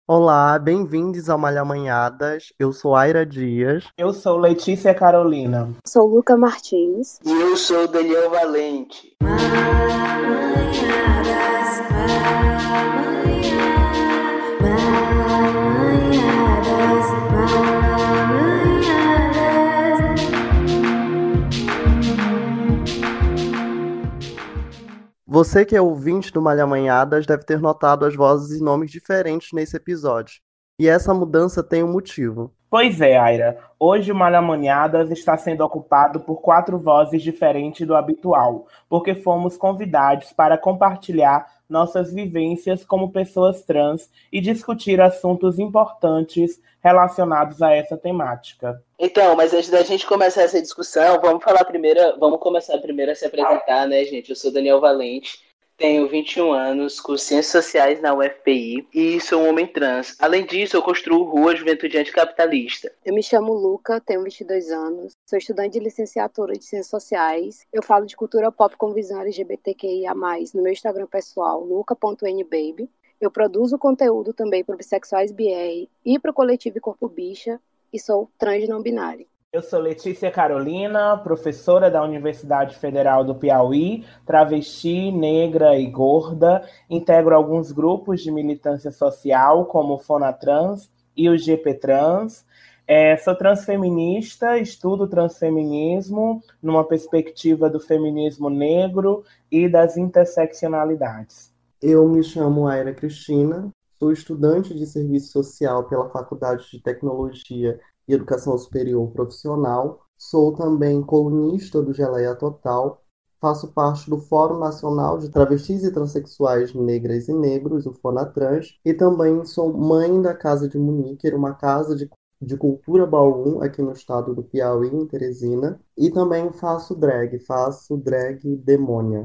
Olá, bem-vindos ao Malhamanhadas. Eu sou Aira Dias. Eu sou Letícia Carolina. Sou Luca Martins. E eu sou Daniel Valente. Você que é ouvinte do Malhamanhadas deve ter notado as vozes e nomes diferentes nesse episódio. E essa mudança tem um motivo. Pois é, Aira. Hoje o Malhamanhadas está sendo ocupado por 4 vozes diferentes do habitual, porque fomos convidados para compartilhar nossas vivências como pessoas trans e discutir assuntos importantes relacionados a essa temática. Então, mas antes da gente começar essa discussão, vamos começar primeiro a se apresentar, né, gente? Eu sou Daniel Valente, tenho 21 anos, curso Ciências Sociais na UFPI e sou um homem trans. Além disso, eu construo Rua Juventude Anticapitalista. Eu me chamo Luca, tenho 22 anos, sou estudante de licenciatura de Ciências Sociais. Eu falo de cultura pop com visão LGBTQIA+, no meu Instagram pessoal, luca.nbaby. Eu produzo conteúdo também para bissexuais BR e para o coletivo Corpo Bicha e sou trans não binária. Eu sou Letícia Carolina, professora da Universidade Federal do Piauí, travesti, negra e gorda. Integro alguns grupos de militância social, como o Fonatrans e o GP Trans. Sou transfeminista, estudo transfeminismo numa perspectiva do feminismo negro e das interseccionalidades. Eu me chamo Aira Cristina, sou estudante de serviço social pela Faculdade de Tecnologia e Educação Superior Profissional. Sou também colunista do Geleia Total. Faço parte do Fórum Nacional de Travestis e Transsexuais Negras e Negros, o Fonatrans, e também sou mãe da Casa de Munique, uma casa de cultura baú aqui no estado do Piauí, em Teresina. E também faço drag demônia.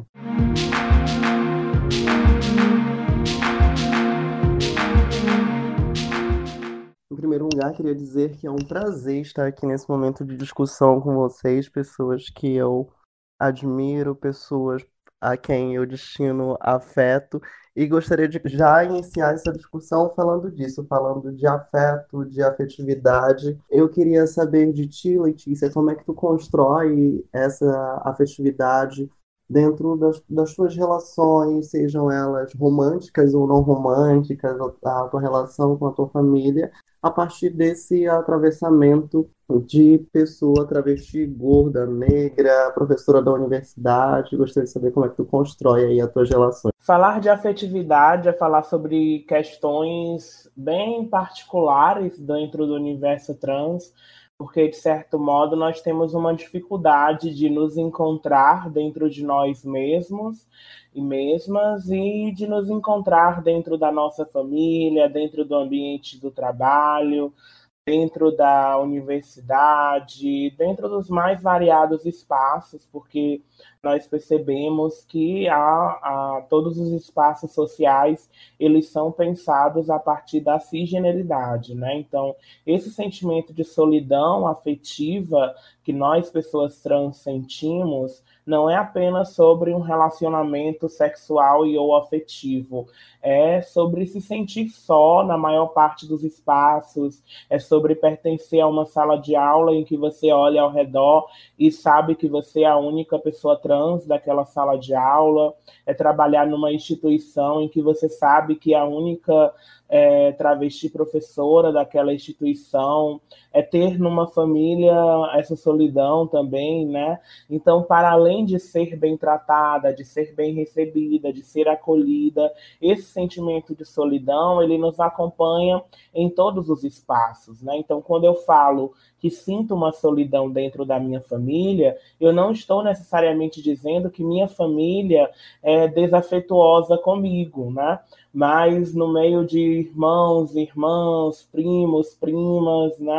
Em primeiro lugar, queria dizer que é um prazer estar aqui nesse momento de discussão com vocês, pessoas que eu admiro, pessoas a quem eu destino afeto, e gostaria de já iniciar essa discussão falando disso, falando de afeto, de afetividade. Eu queria saber de ti, Letícia, como é que tu constrói essa afetividade dentro das tuas relações, sejam elas românticas ou não românticas, a tua relação com a tua família, a partir desse atravessamento de pessoa travesti, gorda, negra, professora da universidade. Gostaria de saber como é que tu constrói aí as tuas relações. Falar de afetividade é falar sobre questões bem particulares dentro do universo trans, porque, de certo modo, nós temos uma dificuldade de nos encontrar dentro de nós mesmos e mesmas e de nos encontrar dentro da nossa família, dentro do ambiente do trabalho, dentro da universidade, dentro dos mais variados espaços, porque nós percebemos que todos os espaços sociais, eles são pensados a partir da cisgeneridade, né? Então, esse sentimento de solidão afetiva que nós, pessoas trans, sentimos, não é apenas sobre um relacionamento sexual e ou afetivo, é sobre se sentir só na maior parte dos espaços, é sobre pertencer a uma sala de aula em que você olha ao redor e sabe que você é a única pessoa trans daquela sala de aula, é trabalhar numa instituição em que você sabe que é a única travesti professora daquela instituição, é ter numa família essa solidão também, né? Então, para além de ser bem tratada, de ser bem recebida, de ser acolhida, esse sentimento de solidão, ele nos acompanha em todos os espaços, né? Então, quando eu falo que sinto uma solidão dentro da minha família, eu não estou necessariamente dizendo que minha família é desafetuosa comigo, né? Mas no meio de irmãos, irmãs, primos, primas, né?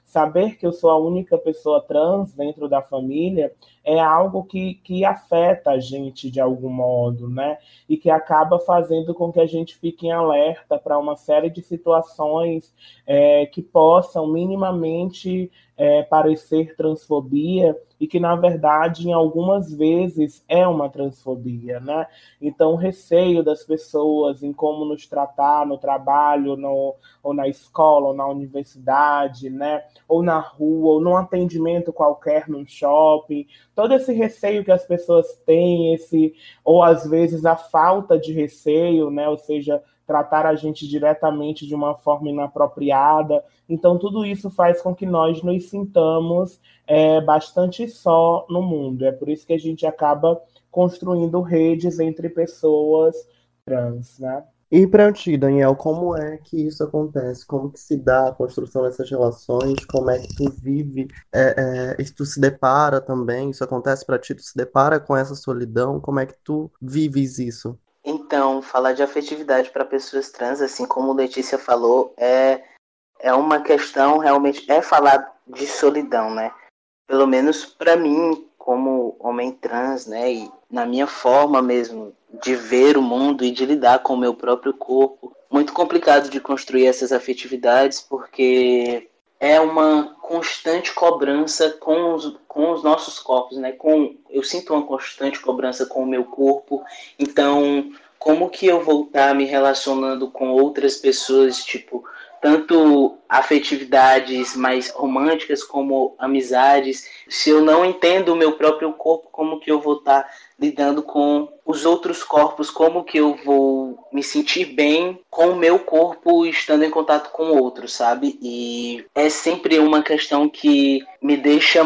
saber que eu sou a única pessoa trans dentro da família é algo que afeta a gente de algum modo, né? E que acaba fazendo com que a gente fique em alerta para uma série de situações que possam minimamente parecer transfobia e que, na verdade, em algumas vezes é uma transfobia, né? Então, o receio das pessoas em como nos tratar no trabalho, ou na escola, ou na universidade, né? Ou na rua, ou num atendimento qualquer num shopping, todo esse receio que as pessoas têm, ou às vezes a falta de receio, né? Ou seja, tratar a gente diretamente de uma forma inapropriada. Então, tudo isso faz com que nós nos sintamos bastante só no mundo. É por isso que a gente acaba construindo redes entre pessoas trans, né? E para ti, Daniel, como é que isso acontece? Como que se dá a construção dessas relações? Como é que tu vive? Isso tu se depara também? Isso acontece para ti? Tu se depara com essa solidão? Como é que tu vives isso? Então, falar de afetividade para pessoas trans, assim como Letícia falou, é uma questão, realmente, é falar de solidão, né? Pelo menos para mim, como homem trans, né? E na minha forma mesmo de ver o mundo e de lidar com o meu próprio corpo. Muito complicado de construir essas afetividades, porque é uma constante cobrança com os nossos corpos, né? Eu sinto uma constante cobrança com o meu corpo, então como que eu vou estar me relacionando com outras pessoas, tipo, tanto afetividades mais românticas como amizades, se eu não entendo o meu próprio corpo, como que eu vou estar lidando com os outros corpos, como que eu vou me sentir bem com o meu corpo estando em contato com outros, sabe? E é sempre uma questão que me deixa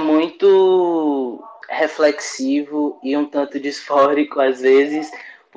muito reflexivo e um tanto disfórico às vezes,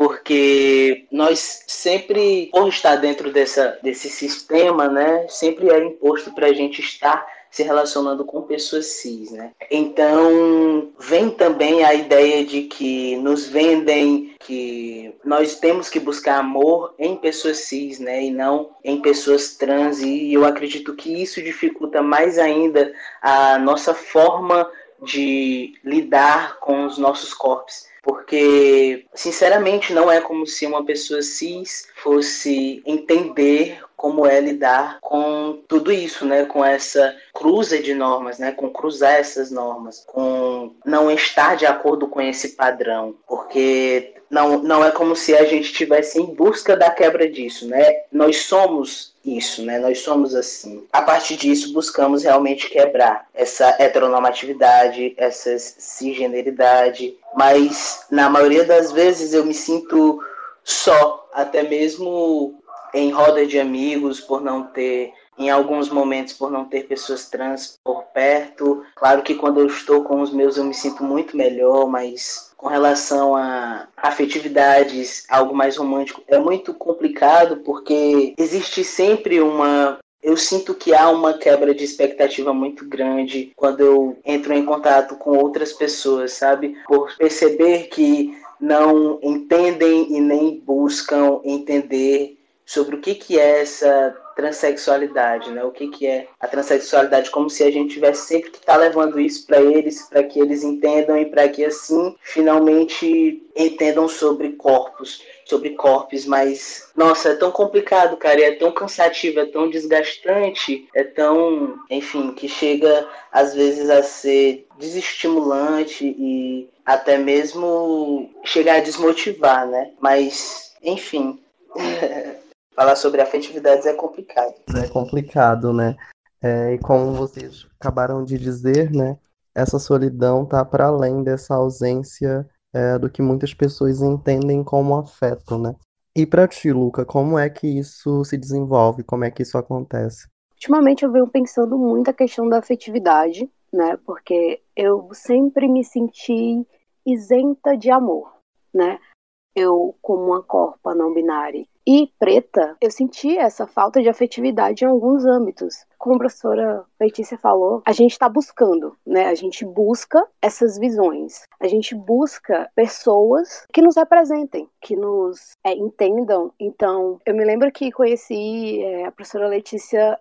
porque nós sempre, por estar dentro desse sistema, né, sempre é imposto para a gente estar se relacionando com pessoas cis, né? Então, vem também a ideia de que nos vendem que nós temos que buscar amor em pessoas cis, né, e não em pessoas trans, e eu acredito que isso dificulta mais ainda a nossa forma de lidar com os nossos corpos. Porque, sinceramente, não é como se uma pessoa cis fosse entender como é lidar com tudo isso, né? Com essa cruza de normas, né? Com cruzar essas normas, com não estar de acordo com esse padrão. Porque não é como se a gente estivesse em busca da quebra disso, né? Nós somos isso, né? Nós somos assim. A partir disso, buscamos realmente quebrar essa heteronormatividade, essa cisgeneridade, mas na maioria das vezes eu me sinto só, até mesmo em roda de amigos, por não ter, em alguns momentos, por não ter pessoas trans por perto. Claro que quando eu estou com os meus eu me sinto muito melhor, mas com relação a afetividades, algo mais romântico, é muito complicado, porque existe sempre eu sinto que há uma quebra de expectativa muito grande quando eu entro em contato com outras pessoas, sabe? Por perceber que não entendem e nem buscam entender sobre o que é essa transexualidade, né? O que é a transexualidade, como se a gente tivesse sempre que estar levando isso para eles, para que eles entendam e para que assim finalmente entendam sobre corpos, mas nossa, é tão complicado, cara, e é tão cansativo, é tão desgastante, é tão, enfim, que chega às vezes a ser desestimulante e até mesmo chegar a desmotivar, né? Mas, enfim, falar sobre afetividades é complicado. É complicado, né? E como vocês acabaram de dizer, né? Essa solidão tá para além dessa ausência do que muitas pessoas entendem como afeto, né? E para ti, Luca, como é que isso se desenvolve? Como é que isso acontece? Ultimamente eu venho pensando muito a questão da afetividade, né? Porque eu sempre me senti isenta de amor, né? Eu, como uma corpa não binária e preta, eu senti essa falta de afetividade em alguns âmbitos. como a professora Letícia falou, a gente está buscando, né? A gente busca essas visões. A gente busca pessoas que nos representem, que nos entendam. Então, eu me lembro que conheci a professora Letícia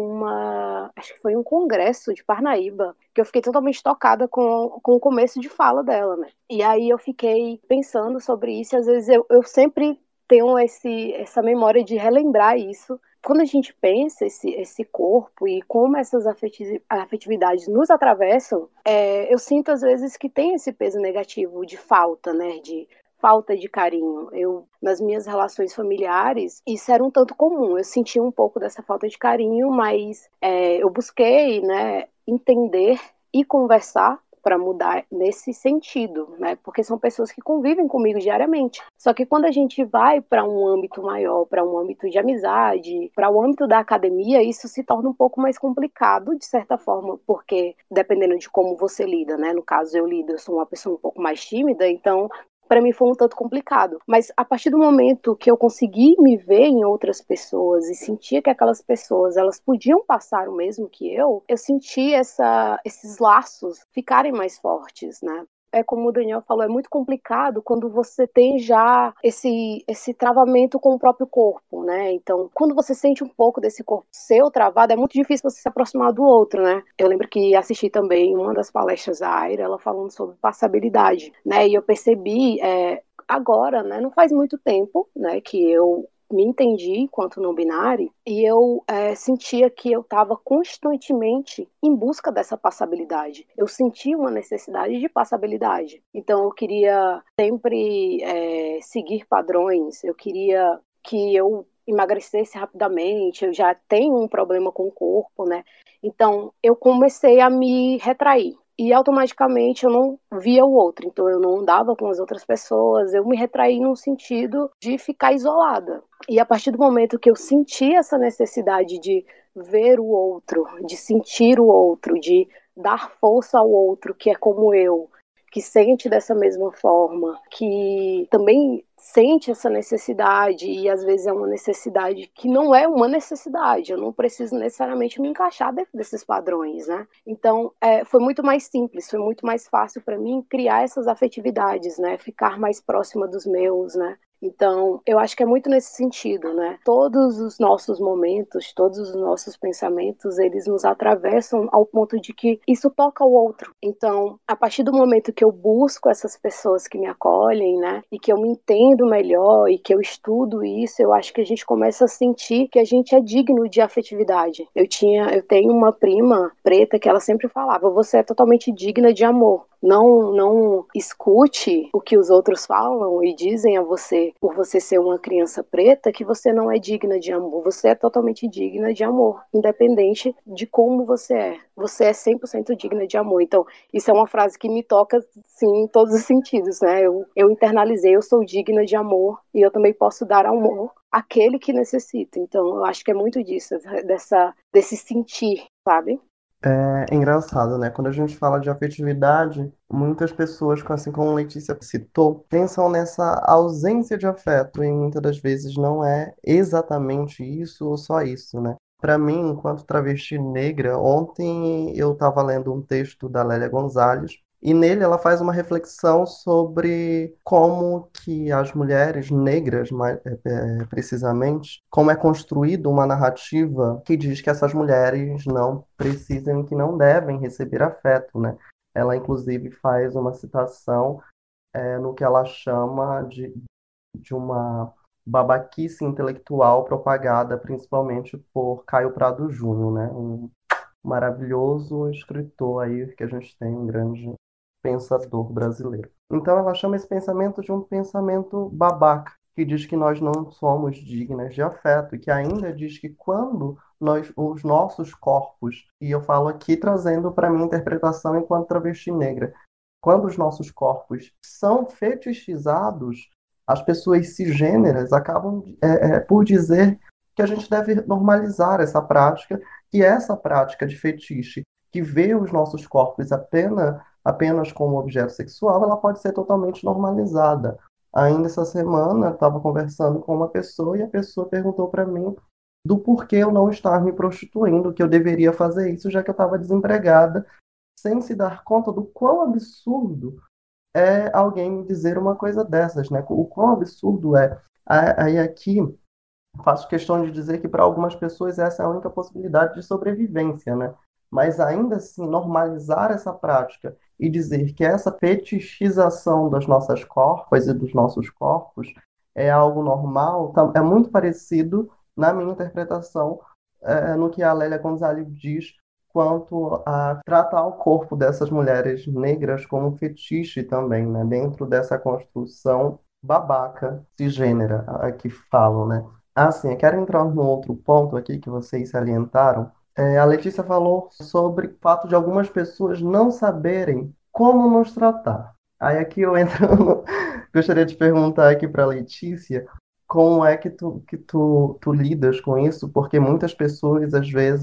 acho que foi um congresso de Parnaíba, que eu fiquei totalmente tocada com o começo de fala dela, né? E aí eu fiquei pensando sobre isso, e às vezes eu sempre tenho essa memória de relembrar isso. Quando a gente pensa esse corpo e como essas afetividades nos atravessam, eu sinto às vezes que tem esse peso negativo de falta, né? De falta de carinho. Nas minhas relações familiares, isso era um tanto comum. Eu sentia um pouco dessa falta de carinho, mas eu busquei, né, entender e conversar para mudar nesse sentido, né? Porque são pessoas que convivem comigo diariamente. Só que quando a gente vai para um âmbito maior, para um âmbito de amizade, para o âmbito da academia, isso se torna um pouco mais complicado, de certa forma, porque dependendo de como você lida, né? No caso, eu sou uma pessoa um pouco mais tímida, então para mim foi um tanto complicado. Mas a partir do momento que eu consegui me ver em outras pessoas e sentia que aquelas pessoas elas podiam passar o mesmo que eu senti esses laços ficarem mais fortes, né? É como o Daniel falou, é muito complicado quando você tem já esse travamento com o próprio corpo, né? Então, quando você sente um pouco desse corpo seu travado, é muito difícil você se aproximar do outro, né? Eu lembro que assisti também uma das palestras da Aira, ela falando sobre passabilidade, né? E eu percebi agora, né? Não faz muito tempo, né? Que eu me entendi enquanto não binário e eu sentia que eu estava constantemente em busca dessa passabilidade. Eu sentia uma necessidade de passabilidade. Então eu queria sempre seguir padrões, eu queria que eu emagrecesse rapidamente, eu já tenho um problema com o corpo, né? Então eu comecei a me retrair. E automaticamente eu não via o outro, então eu não andava com as outras pessoas, eu me retraí num sentido de ficar isolada. E a partir do momento que eu senti essa necessidade de ver o outro, de sentir o outro, de dar força ao outro que é como eu, que sente dessa mesma forma, que também sente essa necessidade e às vezes é uma necessidade que não é uma necessidade, eu não preciso necessariamente me encaixar dentro desses padrões, né? Então, foi muito mais simples, foi muito mais fácil para mim criar essas afetividades, né? Ficar mais próxima dos meus, né? Então, eu acho que é muito nesse sentido, né? Todos os nossos momentos, todos os nossos pensamentos, eles nos atravessam ao ponto de que isso toca o outro. Então, a partir do momento que eu busco essas pessoas que me acolhem, né? E que eu me entendo melhor e que eu estudo isso, eu acho que a gente começa a sentir que a gente é digno de afetividade. Eu tenho uma prima preta que ela sempre falava: você é totalmente digna de amor. Não escute o que os outros falam e dizem a você, por você ser uma criança preta, que você não é digna de amor. Você é totalmente digna de amor, independente de como você é. Você é 100% digna de amor. Então, isso é uma frase que me toca, sim, em todos os sentidos, né? Eu internalizei, eu sou digna de amor e eu também posso dar amor àquele que necessita. Então, eu acho que é muito disso, desse sentir, sabe? É engraçado, né? Quando a gente fala de afetividade, muitas pessoas, assim como a Letícia citou, pensam nessa ausência de afeto e muitas das vezes não é exatamente isso ou só isso, né? Para mim, enquanto travesti negra, ontem eu estava lendo um texto da Lélia Gonzalez e nele ela faz uma reflexão sobre como que as mulheres negras, precisamente, como é construída uma narrativa que diz que essas mulheres não precisam, que não devem receber afeto, né? Ela, inclusive, faz uma citação no que ela chama de uma babaquice intelectual propagada principalmente por Caio Prado Júnior, né? Um maravilhoso escritor aí que a gente tem, um grande pensador brasileiro. Então ela chama esse pensamento de um pensamento babaca, que diz que nós não somos dignas de afeto, e que ainda diz que quando os nossos corpos, e eu falo aqui trazendo para minha interpretação enquanto travesti negra, quando os nossos corpos são fetichizados, as pessoas cisgêneras acabam por dizer que a gente deve normalizar essa prática, que essa prática de fetiche, que vê os nossos corpos apenas como objeto sexual, ela pode ser totalmente normalizada. Ainda essa semana, eu estava conversando com uma pessoa e a pessoa perguntou para mim do porquê eu não estar me prostituindo, que eu deveria fazer isso, já que eu estava desempregada, sem se dar conta do quão absurdo é alguém me dizer uma coisa dessas, né? O quão absurdo é. Aí aqui faço questão de dizer que para algumas pessoas essa é a única possibilidade de sobrevivência, né? Mas ainda assim, normalizar essa prática e dizer que essa fetichização das nossas corpas e dos nossos corpos é algo normal, é muito parecido, na minha interpretação, no que a Lélia Gonzalez diz quanto a tratar o corpo dessas mulheres negras como um fetiche também, né? Dentro dessa construção babaca, cisgênera, a que falam, né? Ah, sim, eu quero entrar num outro ponto aqui que vocês salientaram. A Letícia falou sobre o fato de algumas pessoas não saberem como nos tratar. Aí aqui eu entro, gostaria de perguntar aqui para a Letícia, como é que tu lidas com isso? Porque muitas pessoas às vezes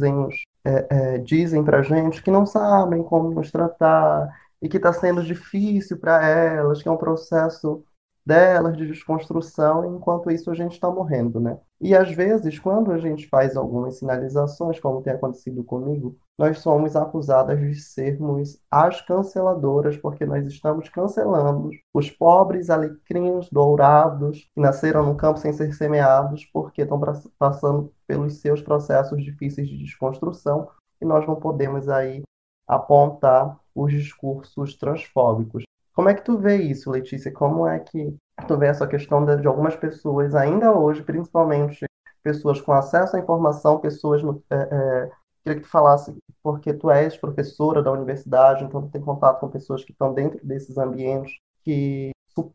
dizem para gente que não sabem como nos tratar e que está sendo difícil para elas, que é um processo delas de desconstrução, enquanto isso a gente está morrendo, né? E às vezes, quando a gente faz algumas sinalizações, como tem acontecido comigo, nós somos acusadas de sermos as canceladoras, porque nós estamos cancelando os pobres alecrins dourados que nasceram no campo sem ser semeados, porque estão passando pelos seus processos difíceis de desconstrução, e nós não podemos aí apontar os discursos transfóbicos. Como é que tu vê isso, Letícia? Como é que tu vê essa questão de algumas pessoas, ainda hoje, principalmente pessoas com acesso à informação, pessoas queria que tu falasse, porque tu és professora da universidade, então tu tem contato com pessoas que estão dentro desses ambientes que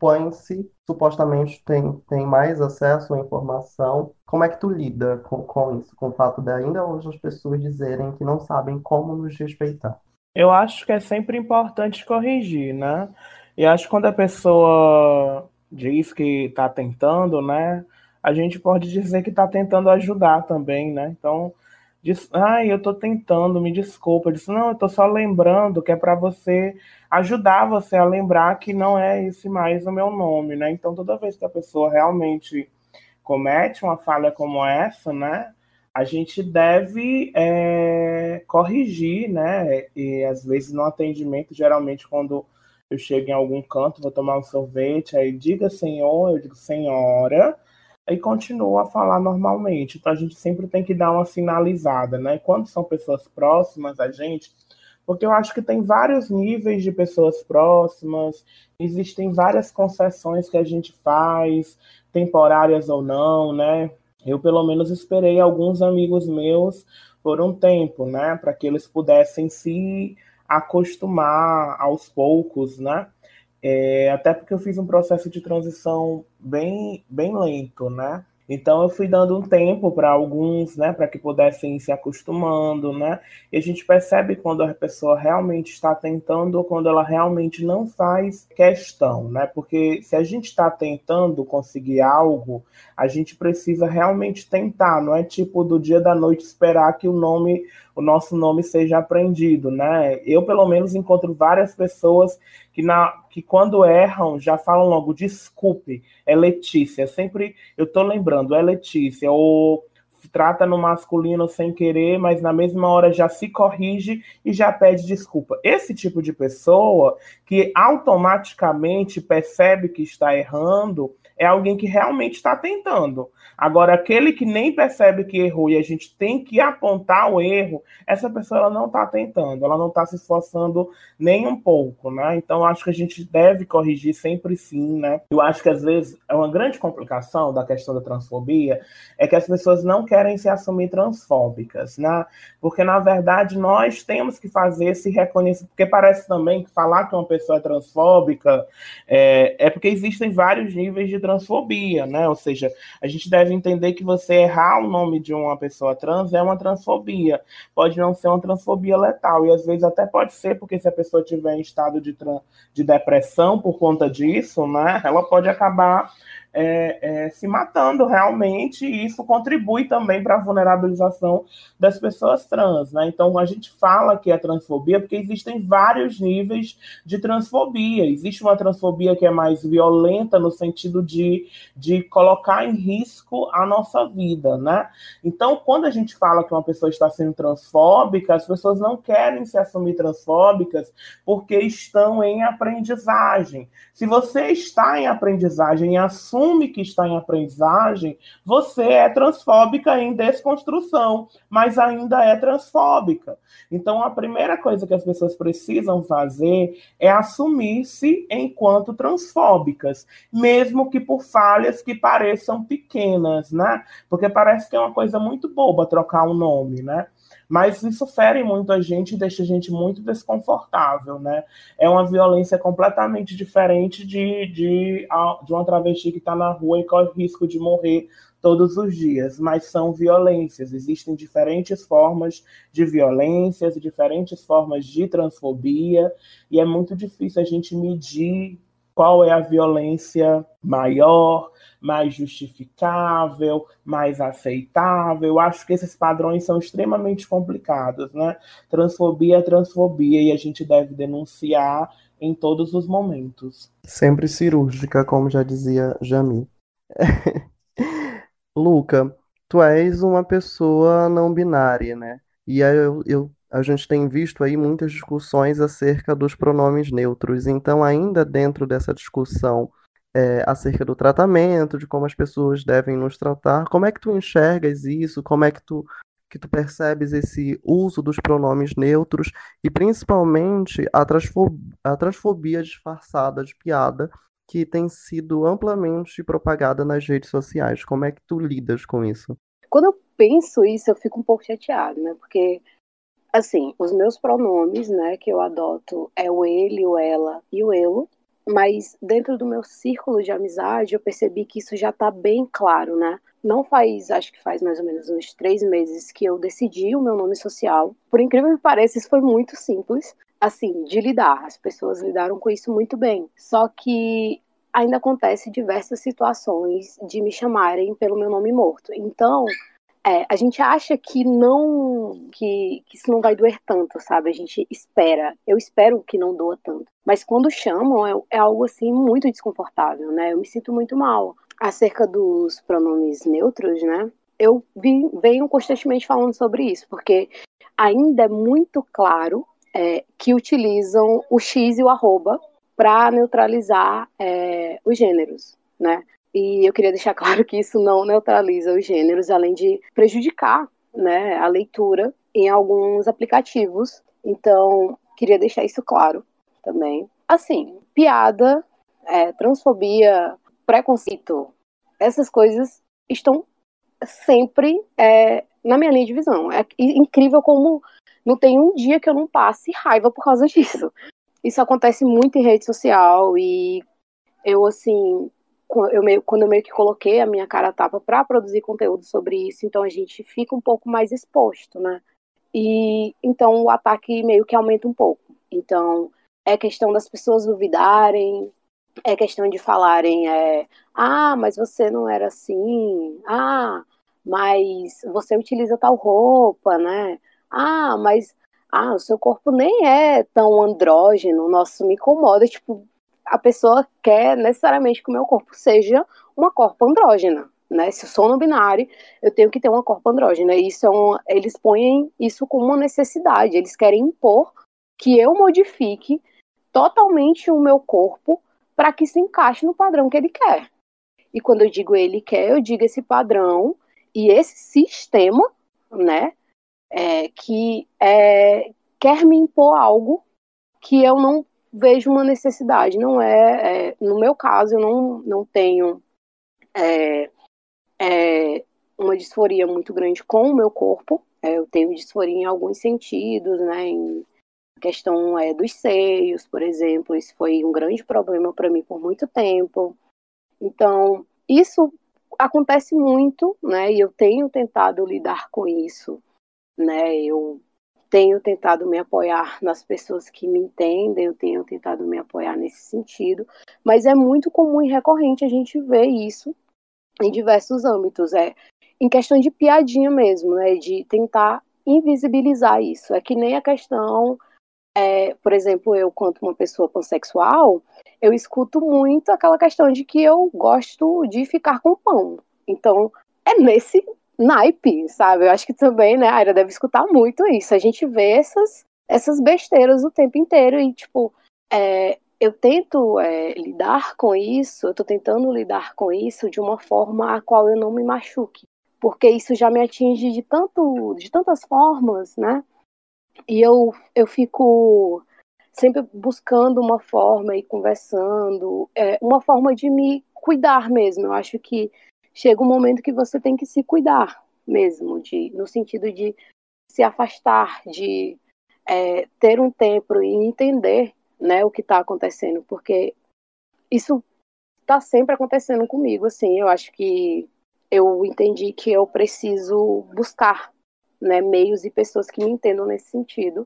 supostamente tem mais acesso à informação. Como é que tu lida com isso, com o fato de ainda hoje as pessoas dizerem que não sabem como nos respeitar? Eu acho que é sempre importante corrigir, né? E acho que quando a pessoa diz que está tentando, né? A gente pode dizer que está tentando ajudar também, né? Então, diz, eu estou tentando, me desculpa. Eu disse, não, eu estou só lembrando que é para você ajudar você a lembrar que não é esse mais o meu nome, né? Então, toda vez que a pessoa realmente comete uma falha como essa, né? A gente deve corrigir, né? E às vezes no atendimento, geralmente quando eu chego em algum canto, vou tomar um sorvete, aí diga senhor, eu digo senhora, e continuo a falar normalmente. Então a gente sempre tem que dar uma finalizada, né? Quando são pessoas próximas a gente, porque eu acho que tem vários níveis de pessoas próximas, existem várias concessões que a gente faz, temporárias ou não, né? Eu, pelo menos, esperei alguns amigos meus por um tempo, né? Para que eles pudessem se acostumar aos poucos, né? Até porque eu fiz um processo de transição bem, bem lento, né? Então eu fui dando um tempo para alguns, né, para que pudessem ir se acostumando, né? E a gente percebe quando a pessoa realmente está tentando ou quando ela realmente não faz questão, né? Porque se a gente está tentando conseguir algo, a gente precisa realmente tentar, não é tipo do dia da noite esperar que o nosso nome seja aprendido, né? Eu pelo menos encontro várias pessoas que quando erram já falam logo desculpe, é Letícia. Sempre eu tô lembrando, é Letícia, ou trata no masculino sem querer, mas na mesma hora já se corrige e já pede desculpa. Esse tipo de pessoa que automaticamente percebe que está errando é alguém que realmente está tentando. Agora, aquele que nem percebe que errou e a gente tem que apontar o erro, essa pessoa ela não está tentando, ela não está se esforçando nem um pouco, né? Então, acho que a gente deve corrigir sempre sim, né? Eu acho que, às vezes, é uma grande complicação da questão da transfobia é que as pessoas não querem se assumir transfóbicas, né? Porque, na verdade, nós temos que fazer esse reconhecimento, porque parece também que falar que uma pessoa é transfóbica é porque existem vários níveis de transfobia, né? Ou seja, a gente deve entender que você errar o nome de uma pessoa trans é uma transfobia. Pode não ser uma transfobia letal, e às vezes até pode ser, porque se a pessoa estiver em estado de depressão por conta disso, né? Ela pode acabar se matando realmente, e isso contribui também para a vulnerabilização das pessoas trans, né? Então, a gente fala que é transfobia porque existem vários níveis de transfobia. Existe uma transfobia que é mais violenta no sentido de colocar em risco a nossa vida, né? Então, quando a gente fala que uma pessoa está sendo transfóbica, as pessoas não querem se assumir transfóbicas porque estão em aprendizagem. Se você está em aprendizagem e assume que está em aprendizagem, você é transfóbica em desconstrução, mas ainda é transfóbica. Então, a primeira coisa que as pessoas precisam fazer é assumir-se enquanto transfóbicas, mesmo que por falhas que pareçam pequenas, né? Porque parece que é uma coisa muito boba trocar um nome, né? Mas isso fere muito a gente e deixa a gente muito desconfortável, né? É uma violência completamente diferente de uma travesti que está na rua e corre risco de morrer todos os dias, mas são violências. Existem diferentes formas de violências e diferentes formas de transfobia, e é muito difícil a gente medir qual é a violência maior, mais justificável, mais aceitável. Eu acho que esses padrões são extremamente complicados, né? Transfobia é transfobia e a gente deve denunciar em todos os momentos. Sempre cirúrgica, como já dizia Jami. Luca, tu és uma pessoa não binária, né? E aí a gente tem visto aí muitas discussões acerca dos pronomes neutros. Então, ainda dentro dessa discussão acerca do tratamento, de como as pessoas devem nos tratar, como é que tu enxergas isso? Como é que tu percebes esse uso dos pronomes neutros e principalmente a transfobia disfarçada de piada que tem sido amplamente propagada nas redes sociais. Como é que tu lidas com isso? Quando eu penso isso, eu fico um pouco chateada, né? Porque, assim, os meus pronomes, né, que eu adoto é o ele, o ela e o elo, mas dentro do meu círculo de amizade eu percebi que isso já tá bem claro, né? Não faz, acho que faz mais ou menos uns 3 meses que eu decidi o meu nome social. Por incrível que pareça, isso foi muito simples, assim, de lidar. As pessoas lidaram com isso muito bem. Só que ainda acontece diversas situações de me chamarem pelo meu nome morto. Então, a gente acha que não, que isso não vai doer tanto, sabe? A gente espera. Eu espero que não doa tanto. Mas quando chamam, é algo assim muito desconfortável, né? Eu me sinto muito mal. Acerca dos pronomes neutros, né? Eu venho constantemente falando sobre isso, porque ainda é muito claro que utilizam o X e o arroba para neutralizar os gêneros, né? E eu queria deixar claro que isso não neutraliza os gêneros, além de prejudicar, né, a leitura em alguns aplicativos. Então, queria deixar isso claro também. Assim, piada, transfobia, preconceito, essas coisas estão sempre na minha linha de visão. É incrível como não tem um dia que eu não passe raiva por causa disso. Isso acontece muito em rede social e eu, assim, quando eu meio que coloquei a minha cara a tapa para produzir conteúdo sobre isso, então a gente fica um pouco mais exposto, né? E então o ataque meio que aumenta um pouco. Então é questão das pessoas duvidarem, é questão de falarem, mas você não era assim, mas você utiliza tal roupa, né? Mas o seu corpo nem é tão andrógeno, nossa, me incomoda, tipo, a pessoa quer necessariamente que o meu corpo seja uma corpo andrógena, né? Se eu sou no binário, eu tenho que ter uma corpo andrógena. Isso eles põem isso como uma necessidade, eles querem impor que eu modifique totalmente o meu corpo para que se encaixe no padrão que ele quer. E quando eu digo ele quer, eu digo esse padrão e esse sistema, né, que quer me impor algo que eu não vejo uma necessidade. Não no meu caso, eu não tenho uma disforia muito grande com o meu corpo. Eu tenho disforia em alguns sentidos, né, em questão dos seios, por exemplo. Isso foi um grande problema para mim por muito tempo. Então, isso acontece muito, né? E eu tenho tentado lidar com isso, né? Eu tenho tentado me apoiar nas pessoas que me entendem, eu tenho tentado me apoiar nesse sentido, mas é muito comum e recorrente a gente ver isso em diversos âmbitos, em questão de piadinha mesmo, né, de tentar invisibilizar isso. É que nem a questão, por exemplo, eu, quanto uma pessoa pansexual, eu escuto muito aquela questão de que eu gosto de ficar com pão. Então, é nesse naipe, sabe? Eu acho que também, né, a Aira deve escutar muito isso. A gente vê essas besteiras o tempo inteiro e, tipo, eu tento lidar com isso, eu tô tentando lidar com isso de uma forma a qual eu não me machuque. Porque isso já me atinge de tantas formas, né? E eu fico sempre buscando uma forma e conversando, uma forma de me cuidar mesmo. Eu acho que chega um momento que você tem que se cuidar mesmo, no sentido de se afastar, de ter um tempo e entender, né, o que está acontecendo, porque isso está sempre acontecendo comigo, assim. Eu acho que eu entendi que eu preciso buscar, né, meios e pessoas que me entendam nesse sentido.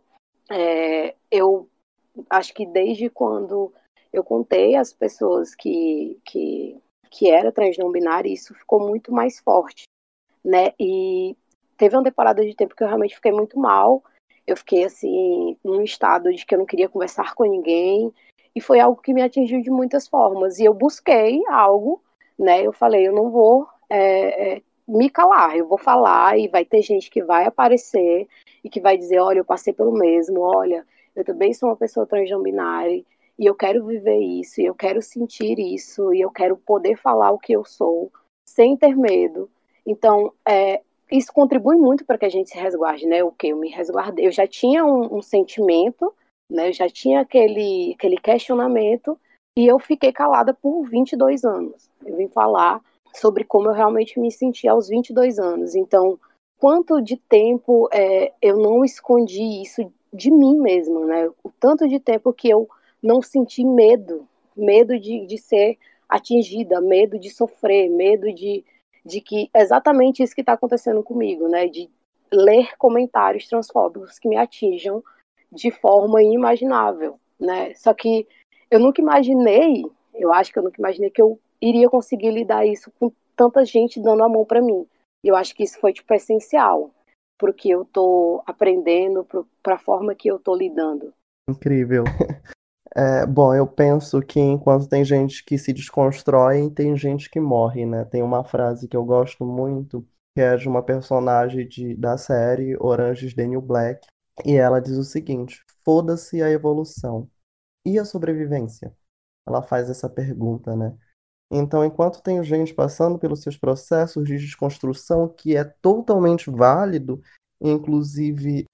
Eu acho que desde quando eu contei às pessoas que era trans não binário, isso ficou muito mais forte, né? E teve uma temporada de tempo que eu realmente fiquei muito mal. Eu fiquei, assim, num estado de que eu não queria conversar com ninguém. E foi algo que me atingiu de muitas formas. E eu busquei algo, né? Eu falei, eu não vou me calar. Eu vou falar e vai ter gente que vai aparecer e que vai dizer, olha, eu passei pelo mesmo. Olha, eu também sou uma pessoa trans não binária. E eu quero viver isso. E eu quero sentir isso. E eu quero poder falar o que eu sou sem ter medo. Então, isso contribui muito para que a gente se resguarde, né? O que eu me resguardei, eu já tinha um sentimento, né? Eu já tinha aquele questionamento e eu fiquei calada por 22 anos. Eu vim falar sobre como eu realmente me senti aos 22 anos. Então, quanto de tempo eu não escondi isso de mim mesma, né? O tanto de tempo que eu não senti medo de ser atingida, medo de sofrer, medo de que exatamente isso que está acontecendo comigo, né? De ler comentários transfóbicos que me atinjam de forma inimaginável, né? Só que eu nunca imaginei, eu acho que eu nunca imaginei que eu iria conseguir lidar isso com tanta gente dando a mão para mim. E eu acho que isso foi, tipo, essencial pro que eu tô aprendendo, para a forma que eu tô lidando. Incrível. Bom, eu penso que enquanto tem gente que se desconstrói, tem gente que morre, né? Tem uma frase que eu gosto muito, que é de uma personagem da série Orange is the New Black, e ela diz o seguinte: foda-se a evolução. E a sobrevivência? Ela faz essa pergunta, né? Então, enquanto tem gente passando pelos seus processos de desconstrução, que é totalmente válido, inclusive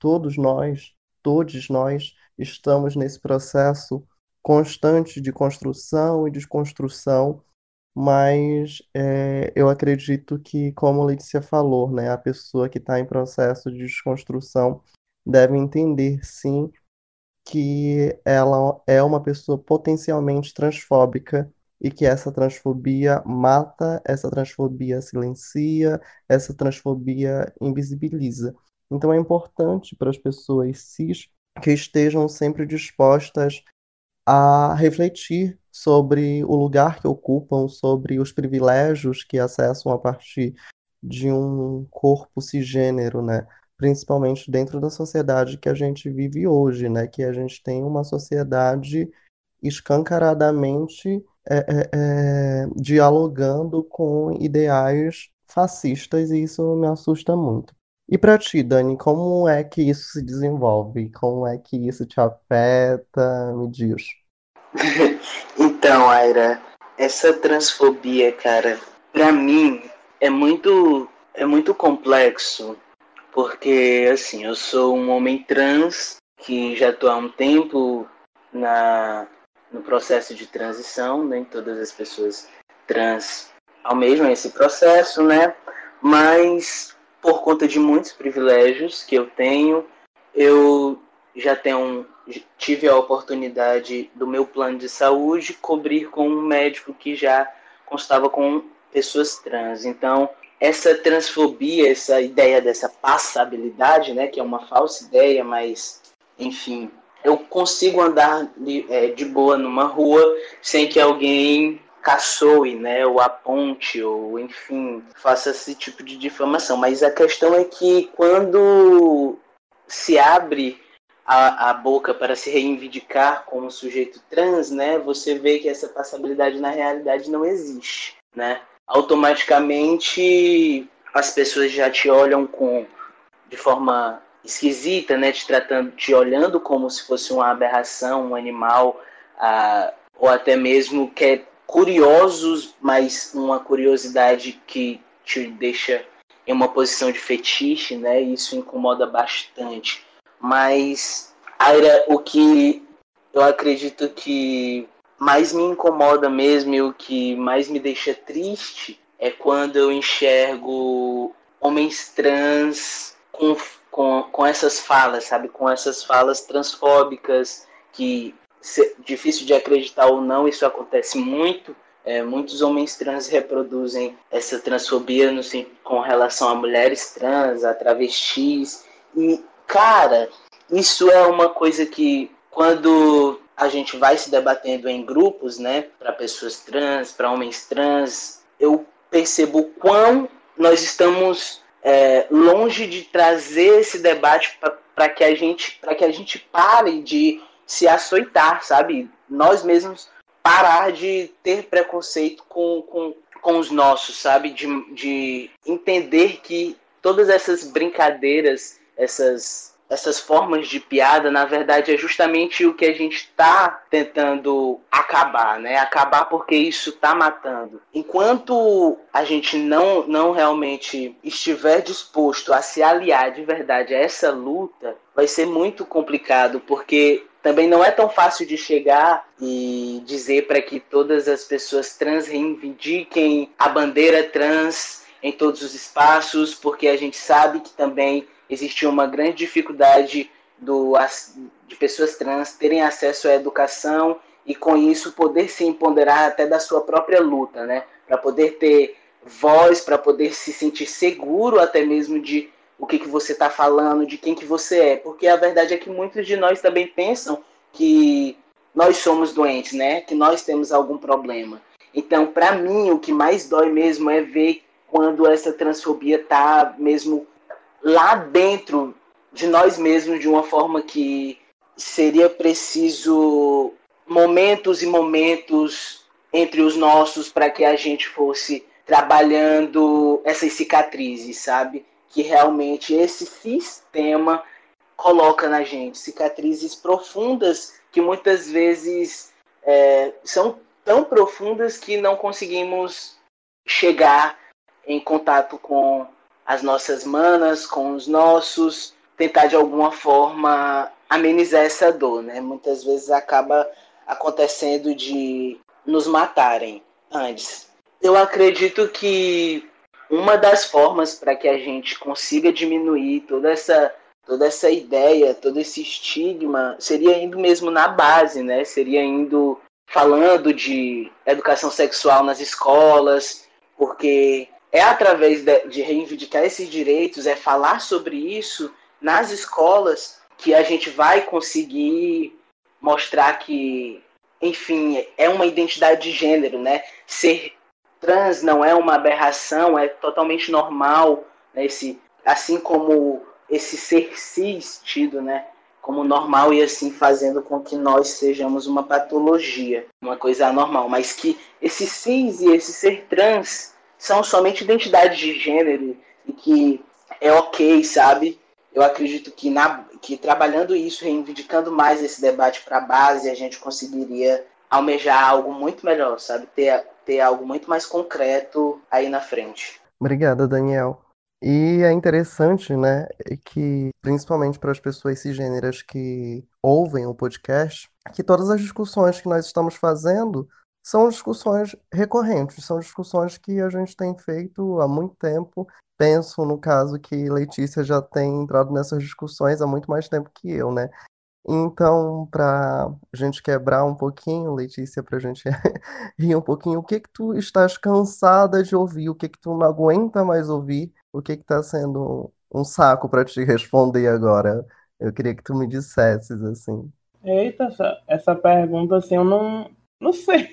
todos nós estamos nesse processo constante de construção e desconstrução, mas eu acredito que, como a Letícia falou, né, a pessoa que está em processo de desconstrução deve entender, sim, que ela é uma pessoa potencialmente transfóbica e que essa transfobia mata, essa transfobia silencia, essa transfobia invisibiliza. Então é importante para as pessoas cis que estejam sempre dispostas a refletir sobre o lugar que ocupam, sobre os privilégios que acessam a partir de um corpo cisgênero, né? Principalmente dentro da sociedade que a gente vive hoje, né? Que a gente tem uma sociedade escancaradamente dialogando com ideais fascistas e isso me assusta muito. E para ti, Dani, como é que isso se desenvolve? Como é que isso te afeta? Me diz. Então, Aira, essa transfobia, cara, pra mim é muito complexo, porque assim, eu sou um homem trans que já estou há um tempo no processo de transição, nem todas as pessoas trans almejam esse processo, né? Mas por conta de muitos privilégios que eu tenho, eu já tive a oportunidade do meu plano de saúde cobrir com um médico que já constava com pessoas trans. Então, essa transfobia, essa ideia dessa passabilidade, né, que é uma falsa ideia, mas, enfim, eu consigo andar de boa numa rua sem que alguém caçoe, né, ou aponte, ou, enfim, faça esse tipo de difamação. Mas a questão é que quando se abre a boca para se reivindicar como sujeito trans, né, você vê que essa passabilidade na realidade não existe, né? Automaticamente as pessoas já te olham de forma esquisita, né, te olhando como se fosse uma aberração, um animal, ou até mesmo curiosos, mas uma curiosidade que te deixa em uma posição de fetiche, né? E isso incomoda bastante. Mas, Aira, o que eu acredito que mais me incomoda mesmo e o que mais me deixa triste é quando eu enxergo homens trans com essas falas, sabe? Com essas falas transfóbicas que, difícil de acreditar ou não, isso acontece muito. Muitos homens trans reproduzem essa transfobia com relação a mulheres trans, a travestis. E, cara, isso é uma coisa que, quando a gente vai se debatendo em grupos, né, para pessoas trans, para homens trans, eu percebo o quão nós estamos longe de trazer esse debate para que a gente pare de se açoitar, sabe? Nós mesmos parar de ter preconceito com os nossos, sabe? De entender que todas essas brincadeiras, essas formas de piada, na verdade, é justamente o que a gente está tentando acabar, né? Acabar porque isso está matando. Enquanto a gente não realmente estiver disposto a se aliar de verdade a essa luta, vai ser muito complicado, porque também não é tão fácil de chegar e dizer para que todas as pessoas trans reivindiquem a bandeira trans em todos os espaços, porque a gente sabe que também existe uma grande dificuldade de pessoas trans terem acesso à educação e, com isso, poder se empoderar até da sua própria luta, né? Para poder ter voz, para poder se sentir seguro até mesmo de o que você está falando, de quem que você é. Porque a verdade é que muitos de nós também pensam que nós somos doentes, né? Que nós temos algum problema. Então, para mim, o que mais dói mesmo é ver quando essa transfobia está mesmo lá dentro de nós mesmos, de uma forma que seria preciso momentos e momentos entre os nossos para que a gente fosse trabalhando essas cicatrizes, sabe? Que realmente esse sistema coloca na gente, cicatrizes profundas que muitas vezes são tão profundas que não conseguimos chegar em contato com as nossas manas, com os nossos, tentar de alguma forma amenizar essa dor, né? Muitas vezes acaba acontecendo de nos matarem antes. Eu acredito que uma das formas para que a gente consiga diminuir toda essa ideia, todo esse estigma, seria indo mesmo na base, né? Seria indo falando de educação sexual nas escolas, porque é através de reivindicar esses direitos, é falar sobre isso nas escolas, que a gente vai conseguir mostrar que, enfim, é uma identidade de gênero, né? Ser trans não é uma aberração, é totalmente normal, né? Assim como esse ser cis tido, né, como normal, e assim fazendo com que nós sejamos uma patologia, uma coisa anormal, mas que esse cis e esse ser trans são somente identidades de gênero e que é ok, sabe? Eu acredito que trabalhando isso, reivindicando mais esse debate para a base, a gente conseguiria almejar algo muito melhor, sabe? Ter algo muito mais concreto aí na frente. Obrigada, Daniel. E é interessante, né, que principalmente para as pessoas cisgêneras que ouvem o podcast, que todas as discussões que nós estamos fazendo são discussões recorrentes, são discussões que a gente tem feito há muito tempo. Penso no caso que Letícia já tem entrado nessas discussões há muito mais tempo que eu, né? Então, para a gente quebrar um pouquinho, Letícia, para a gente rir um pouquinho, o que que tu estás cansada de ouvir? O que que tu não aguenta mais ouvir? O que que está sendo um saco para te responder agora? Eu queria que tu me dissesses assim. Eita, essa pergunta assim, eu não sei.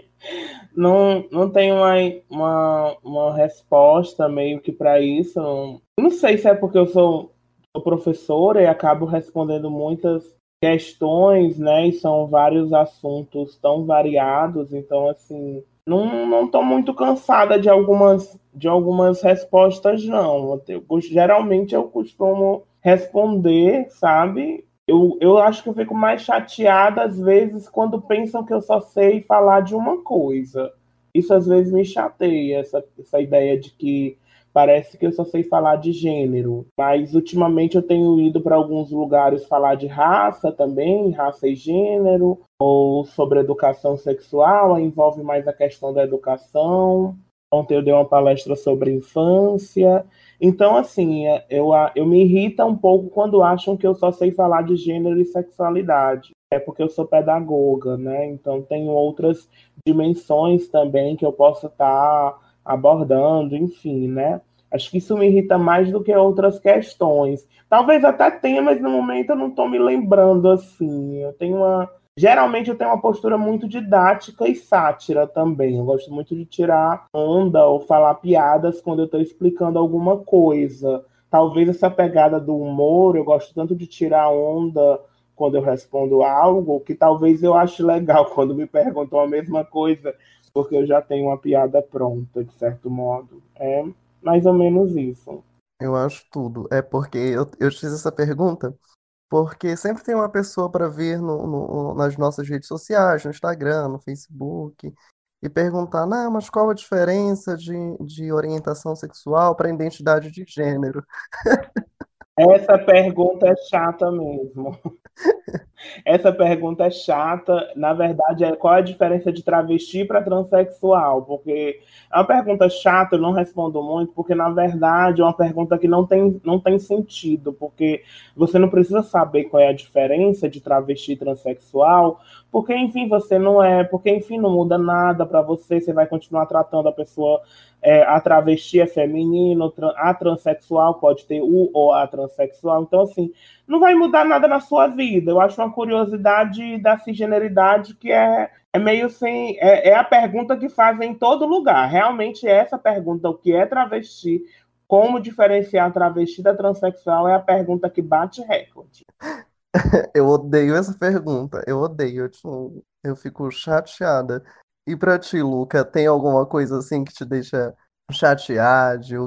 Não tenho uma resposta meio que para isso. Não sei se é porque eu sou professora e acabo respondendo muitas questões, né? E são vários assuntos tão variados, então assim, não estou muito cansada de algumas respostas, não. Geralmente eu costumo responder, sabe? Eu acho que eu fico mais chateada às vezes quando pensam que eu só sei falar de uma coisa. Isso às vezes me chateia, essa ideia de que parece que eu só sei falar de gênero. Mas ultimamente eu tenho ido para alguns lugares falar de raça também, raça e gênero, ou sobre educação sexual, aí envolve mais a questão da educação. Ontem eu dei uma palestra sobre infância. Então, assim, eu me irrita um pouco quando acham que eu só sei falar de gênero e sexualidade. É porque eu sou pedagoga, né? Então, tenho outras dimensões também que eu posso estar abordando, enfim, né? Acho que isso me irrita mais do que outras questões. Talvez até tenha, mas no momento eu não estou me lembrando assim. Geralmente eu tenho uma postura muito didática e sátira também. Eu gosto muito de tirar onda ou falar piadas quando eu estou explicando alguma coisa. Talvez essa pegada do humor, eu gosto tanto de tirar onda quando eu respondo algo, que talvez eu ache legal quando me perguntam a mesma coisa, porque eu já tenho uma piada pronta, de certo modo. É mais ou menos isso. Eu acho tudo. É porque eu te fiz essa pergunta porque sempre tem uma pessoa para vir nas nossas redes sociais, no Instagram, no Facebook, e perguntar, não, mas qual a diferença de orientação sexual para identidade de gênero? Essa pergunta é chata mesmo. Essa pergunta é chata. Na verdade, qual é a diferença de travesti para transexual? Porque é uma pergunta chata, eu não respondo muito, porque, na verdade, é uma pergunta que não tem sentido, porque você não precisa saber qual é a diferença de travesti e transexual, porque, enfim, você não é, porque, enfim, não muda nada para você, você vai continuar tratando a pessoa, a travesti é feminino, a transexual pode ter o ou a transexual, então, assim, não vai mudar nada na sua vida. Eu acho uma curiosidade da cisgeneridade que é meio sem. É a pergunta que fazem em todo lugar. Realmente, essa pergunta, o que é travesti, como diferenciar a travesti da transexual, é a pergunta que bate recorde. Eu odeio essa pergunta. Eu odeio. Eu fico chateada. E pra ti, Luca, tem alguma coisa assim que te deixa chateado?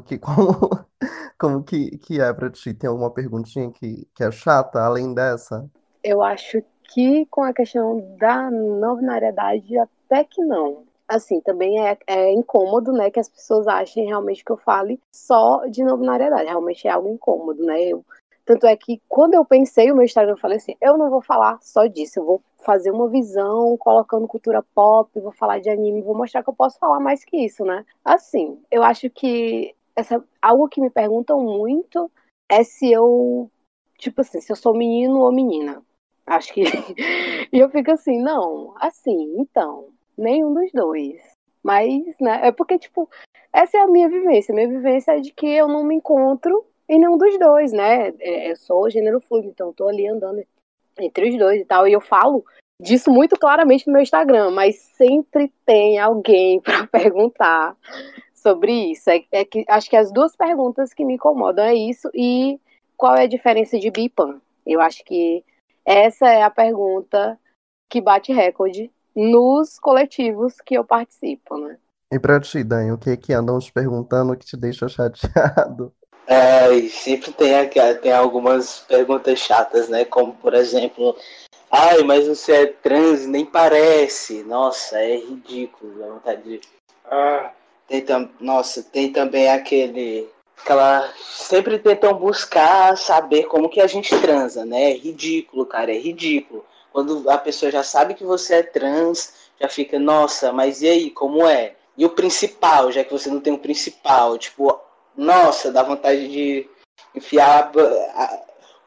Como que é pra ti? Tem alguma perguntinha que é chata além dessa? Eu acho que com a questão da não binariedade, até que não. Assim, também é incômodo, né, que as pessoas achem realmente que eu fale só de não binariedade. Realmente é algo incômodo, né? Tanto é que quando eu pensei o meu Instagram, eu falei assim, eu não vou falar só disso, eu vou fazer uma visão colocando cultura pop, vou falar de anime, vou mostrar que eu posso falar mais que isso, né? Assim, eu acho que algo que me perguntam muito é se eu, tipo assim, se eu sou menino ou menina. Acho que. E eu fico assim, não, assim, então, nenhum dos dois. Mas, né, é porque, tipo, essa é a minha vivência. Minha vivência é de que eu não me encontro em nenhum dos dois, né? Eu sou gênero fluido, então eu tô ali andando entre os dois e tal. E eu falo disso muito claramente no meu Instagram, mas sempre tem alguém para perguntar sobre isso. É que acho que as duas perguntas que me incomodam é isso e qual é a diferença de bi e pan. Eu acho que essa é a pergunta que bate recorde nos coletivos que eu participo, né? E pra ti, Dani, o que andam te perguntando que te deixa chateado? Sempre tem algumas perguntas chatas, né? Como, por exemplo, ai, mas você é trans, nem parece. Nossa, é ridículo. Dá vontade de. Ah, nossa, tem também aquela. Sempre tentam buscar saber como que a gente transa, né? É ridículo, cara, é ridículo. Quando a pessoa já sabe que você é trans, já fica, nossa, mas e aí, como é? E o principal, já que você não tem o principal, tipo, nossa, dá vontade de enfiar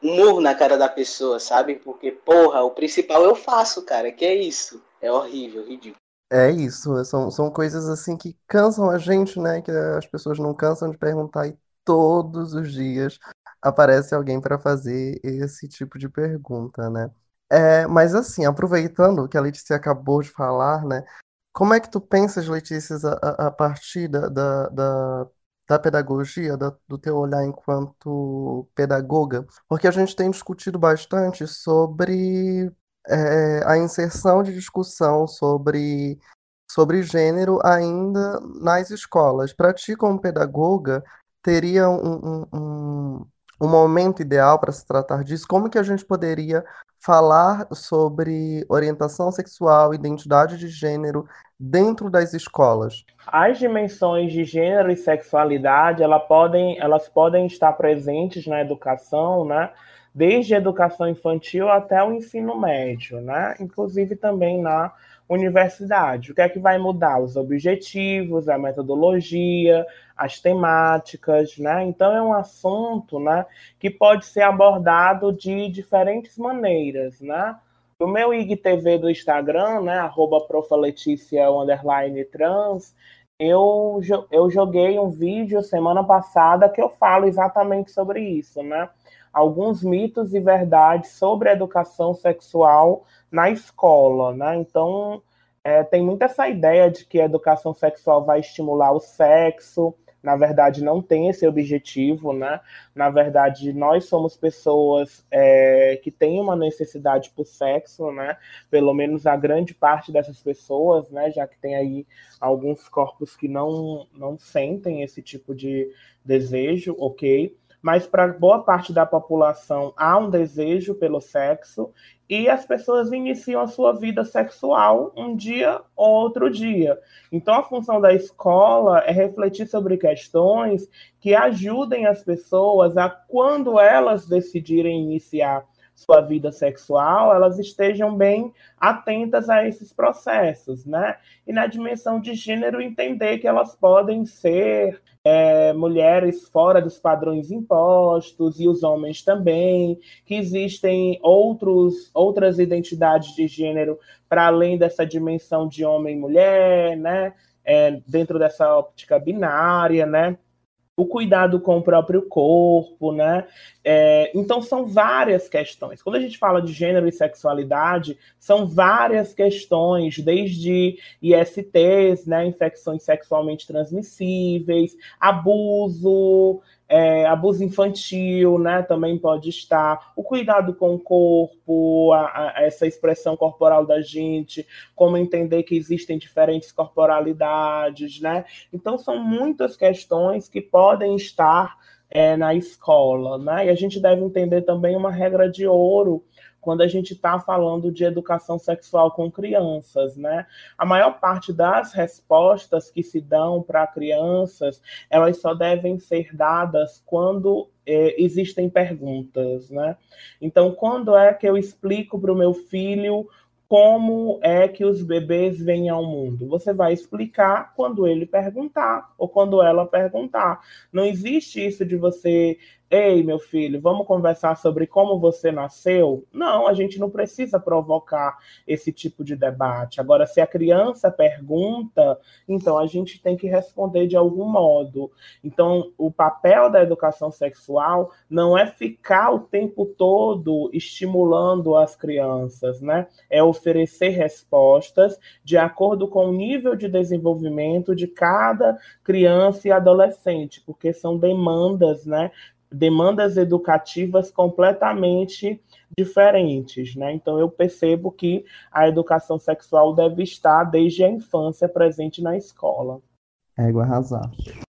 um murro na cara da pessoa, sabe? Porque, porra, o principal eu faço, cara. Que é isso? É horrível, ridículo. É isso, são coisas assim que cansam a gente, né? Que as pessoas não cansam de perguntar e todos os dias aparece alguém para fazer esse tipo de pergunta, né? Mas assim, aproveitando que a Letícia acabou de falar, né? Como é que tu pensas, Letícia, a partir da pedagogia, do teu olhar enquanto pedagoga? Porque a gente tem discutido bastante sobre a inserção de discussão sobre gênero ainda nas escolas. Para ti, como pedagoga, teria um momento ideal para se tratar disso? Como que a gente poderia falar sobre orientação sexual, identidade de gênero dentro das escolas? As dimensões de gênero e sexualidade, elas podem estar presentes na educação, né? Desde a educação infantil até o ensino médio, né? Inclusive também na universidade. O que é que vai mudar? Os objetivos, a metodologia, as temáticas, né? Então é um assunto, né, que pode ser abordado de diferentes maneiras, né? No meu IGTV do Instagram, né, @profaletícia_trans, eu joguei um vídeo semana passada que eu falo exatamente sobre isso, né? Alguns mitos e verdades sobre a educação sexual na escola, né? Então, tem muito essa ideia de que a educação sexual vai estimular o sexo. Na verdade, não tem esse objetivo, né? Na verdade, nós somos pessoas que têm uma necessidade por sexo, né? Pelo menos a grande parte dessas pessoas, né? Já que tem aí alguns corpos que não sentem esse tipo de desejo, ok? Mas para boa parte da população há um desejo pelo sexo e as pessoas iniciam a sua vida sexual um dia ou outro dia. Então, a função da escola é refletir sobre questões que ajudem as pessoas a, quando elas decidirem iniciar sua vida sexual, elas estejam bem atentas a esses processos, né? E na dimensão de gênero, entender que elas podem ser mulheres fora dos padrões impostos e os homens também, que existem outras identidades de gênero para além dessa dimensão de homem e mulher, né? Dentro dessa óptica binária, né? O cuidado com o próprio corpo, né? Então, são várias questões. Quando a gente fala de gênero e sexualidade, são várias questões, desde ISTs, né? Infecções sexualmente transmissíveis, abuso infantil, né? Também pode estar, o cuidado com o corpo, essa expressão corporal da gente, como entender que existem diferentes corporalidades, né? Então, são muitas questões que podem estar na escola, né? E a gente deve entender também uma regra de ouro quando a gente está falando de educação sexual com crianças, né? A maior parte das respostas que se dão para crianças, elas só devem ser dadas quando existem perguntas, né? Então, quando é que eu explico para o meu filho como é que os bebês vêm ao mundo? Você vai explicar quando ele perguntar ou quando ela perguntar. Não existe isso de você, ei, meu filho, vamos conversar sobre como você nasceu? Não, a gente não precisa provocar esse tipo de debate. Agora, se a criança pergunta, então a gente tem que responder de algum modo. Então, o papel da educação sexual não é ficar o tempo todo estimulando as crianças, né? É oferecer respostas de acordo com o nível de desenvolvimento de cada criança e adolescente, porque são demandas, né? Demandas educativas completamente diferentes, né? Então eu percebo que a educação sexual deve estar desde a infância presente na escola. Égua arrasar.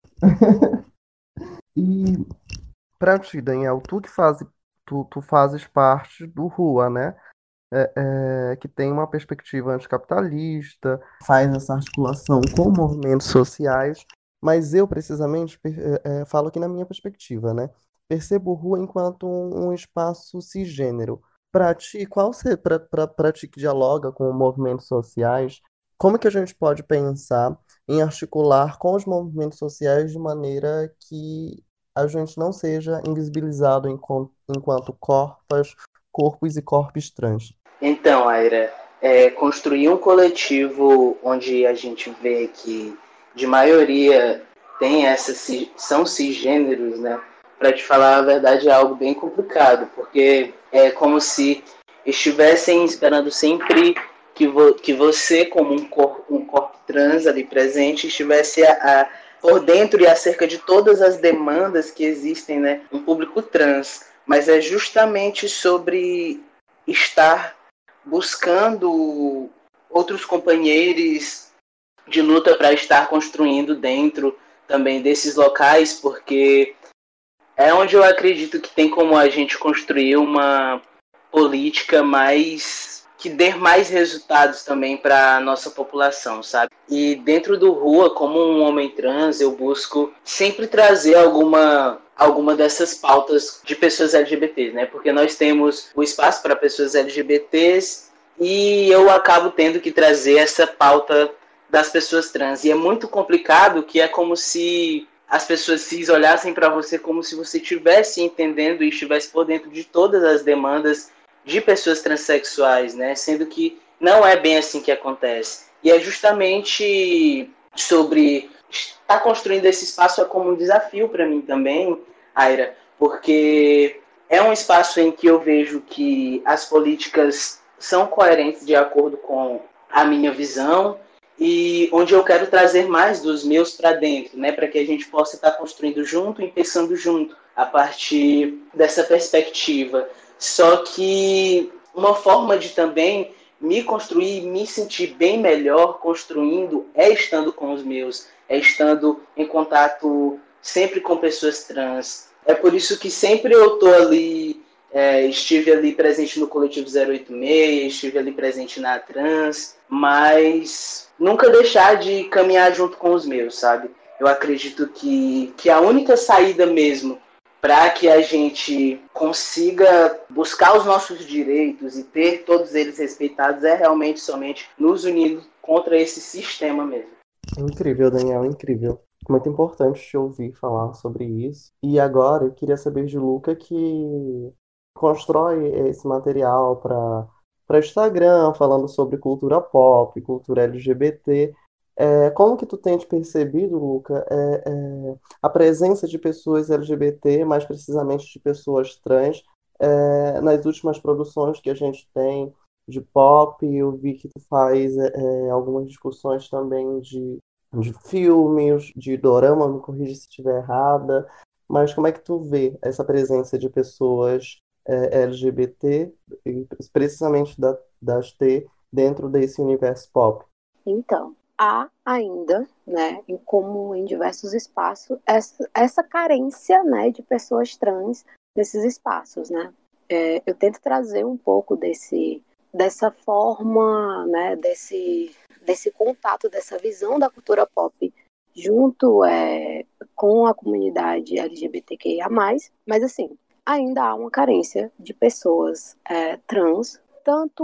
E pra ti, Daniel, tu fazes parte do RUA, né? Que tem uma perspectiva anticapitalista, faz essa articulação com movimentos sociais, mas eu precisamente falo aqui na minha perspectiva, né? Percebo o Rua enquanto um espaço cisgênero. Para ti, para ti que dialoga com movimentos sociais, como que a gente pode pensar em articular com os movimentos sociais de maneira que a gente não seja invisibilizado enquanto corpos e corpos trans. Então, Aira, construir um coletivo onde a gente vê que, de maioria, são cisgêneros, né? Para te falar a verdade, é algo bem complicado, porque é como se estivessem esperando sempre que você, como um corpo trans ali presente, estivesse por dentro e acerca de todas as demandas que existem, né? Um público trans. Mas é justamente sobre estar buscando outros companheiros de luta para estar construindo dentro também desses locais, porque é onde eu acredito que tem como a gente construir uma política mais que dê mais resultados também para a nossa população, sabe? E dentro do Rua, como um homem trans, eu busco sempre trazer alguma dessas pautas de pessoas LGBTs, né? Porque nós temos o espaço para pessoas LGBTs e eu acabo tendo que trazer essa pauta das pessoas trans. E é muito complicado, que é como se as pessoas cis olhassem para você como se você estivesse entendendo e estivesse por dentro de todas as demandas de pessoas transexuais, né? Sendo que não é bem assim que acontece. E é justamente sobre estar construindo esse espaço como um desafio para mim também, Aira, porque é um espaço em que eu vejo que as políticas são coerentes de acordo com a minha visão e onde eu quero trazer mais dos meus para dentro, né, para que a gente possa estar construindo junto e pensando junto a partir dessa perspectiva. Só que uma forma de também me construir, me sentir bem melhor construindo é estando com os meus, é estando em contato sempre com pessoas trans. É por isso que sempre eu estou ali, estive ali presente no Coletivo 086, estive ali presente na Trans, mas nunca deixar de caminhar junto com os meus, sabe? Eu acredito que a única saída mesmo para que a gente consiga buscar os nossos direitos e ter todos eles respeitados é realmente somente nos unindo contra esse sistema mesmo. Incrível, Daniel, incrível. Muito importante te ouvir falar sobre isso. E agora eu queria saber de Luca, que constrói esse material para Instagram, falando sobre cultura pop, cultura LGBT. Como que tu tens percebido, Luca, a presença de pessoas LGBT, mais precisamente de pessoas trans, nas últimas produções que a gente tem de pop? Eu vi que tu faz algumas discussões também de filmes, de dorama, me corrija se estiver errada, mas como é que tu vê essa presença de pessoas LGBT, e precisamente das T, dentro desse universo pop? Então, há ainda, né, como em diversos espaços, essa carência, né, de pessoas trans nesses espaços, né? Eu tento trazer um pouco dessa forma, né, desse contato, dessa visão da cultura pop junto com a comunidade LGBTQIA+, mas assim, ainda há uma carência de pessoas trans, tanto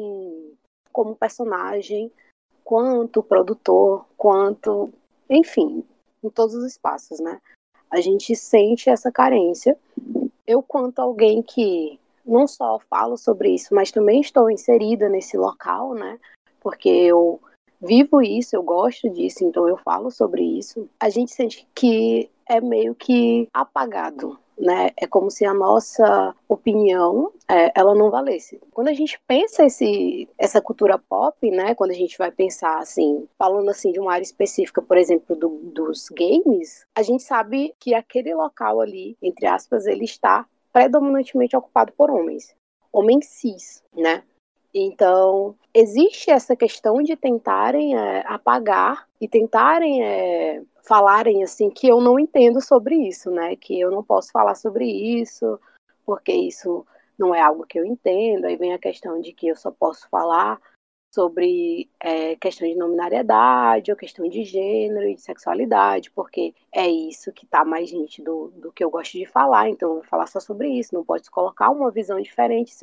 como personagem, quanto produtor, quanto, enfim, em todos os espaços, né? A gente sente essa carência. Eu, quanto alguém que não só falo sobre isso, mas também estou inserida nesse local, né? Porque eu vivo isso, eu gosto disso, então eu falo sobre isso. A gente sente que é meio que apagado, né? É como se a nossa opinião ela não valesse. Quando a gente pensa essa cultura pop, né? Quando a gente vai pensar assim, falando assim de uma área específica, por exemplo, dos games, a gente sabe que aquele local ali, entre aspas, ele está predominantemente ocupado por homens cis, né? Então, existe essa questão de tentarem apagar e tentarem falarem assim que eu não entendo sobre isso, né? Que eu não posso falar sobre isso, porque isso não é algo que eu entendo. Aí vem a questão de que eu só posso falar sobre questão de nominariedade, ou questão de gênero e de sexualidade, porque é isso que está mais nítido do que eu gosto de falar, então eu vou falar só sobre isso, não pode colocar uma visão diferente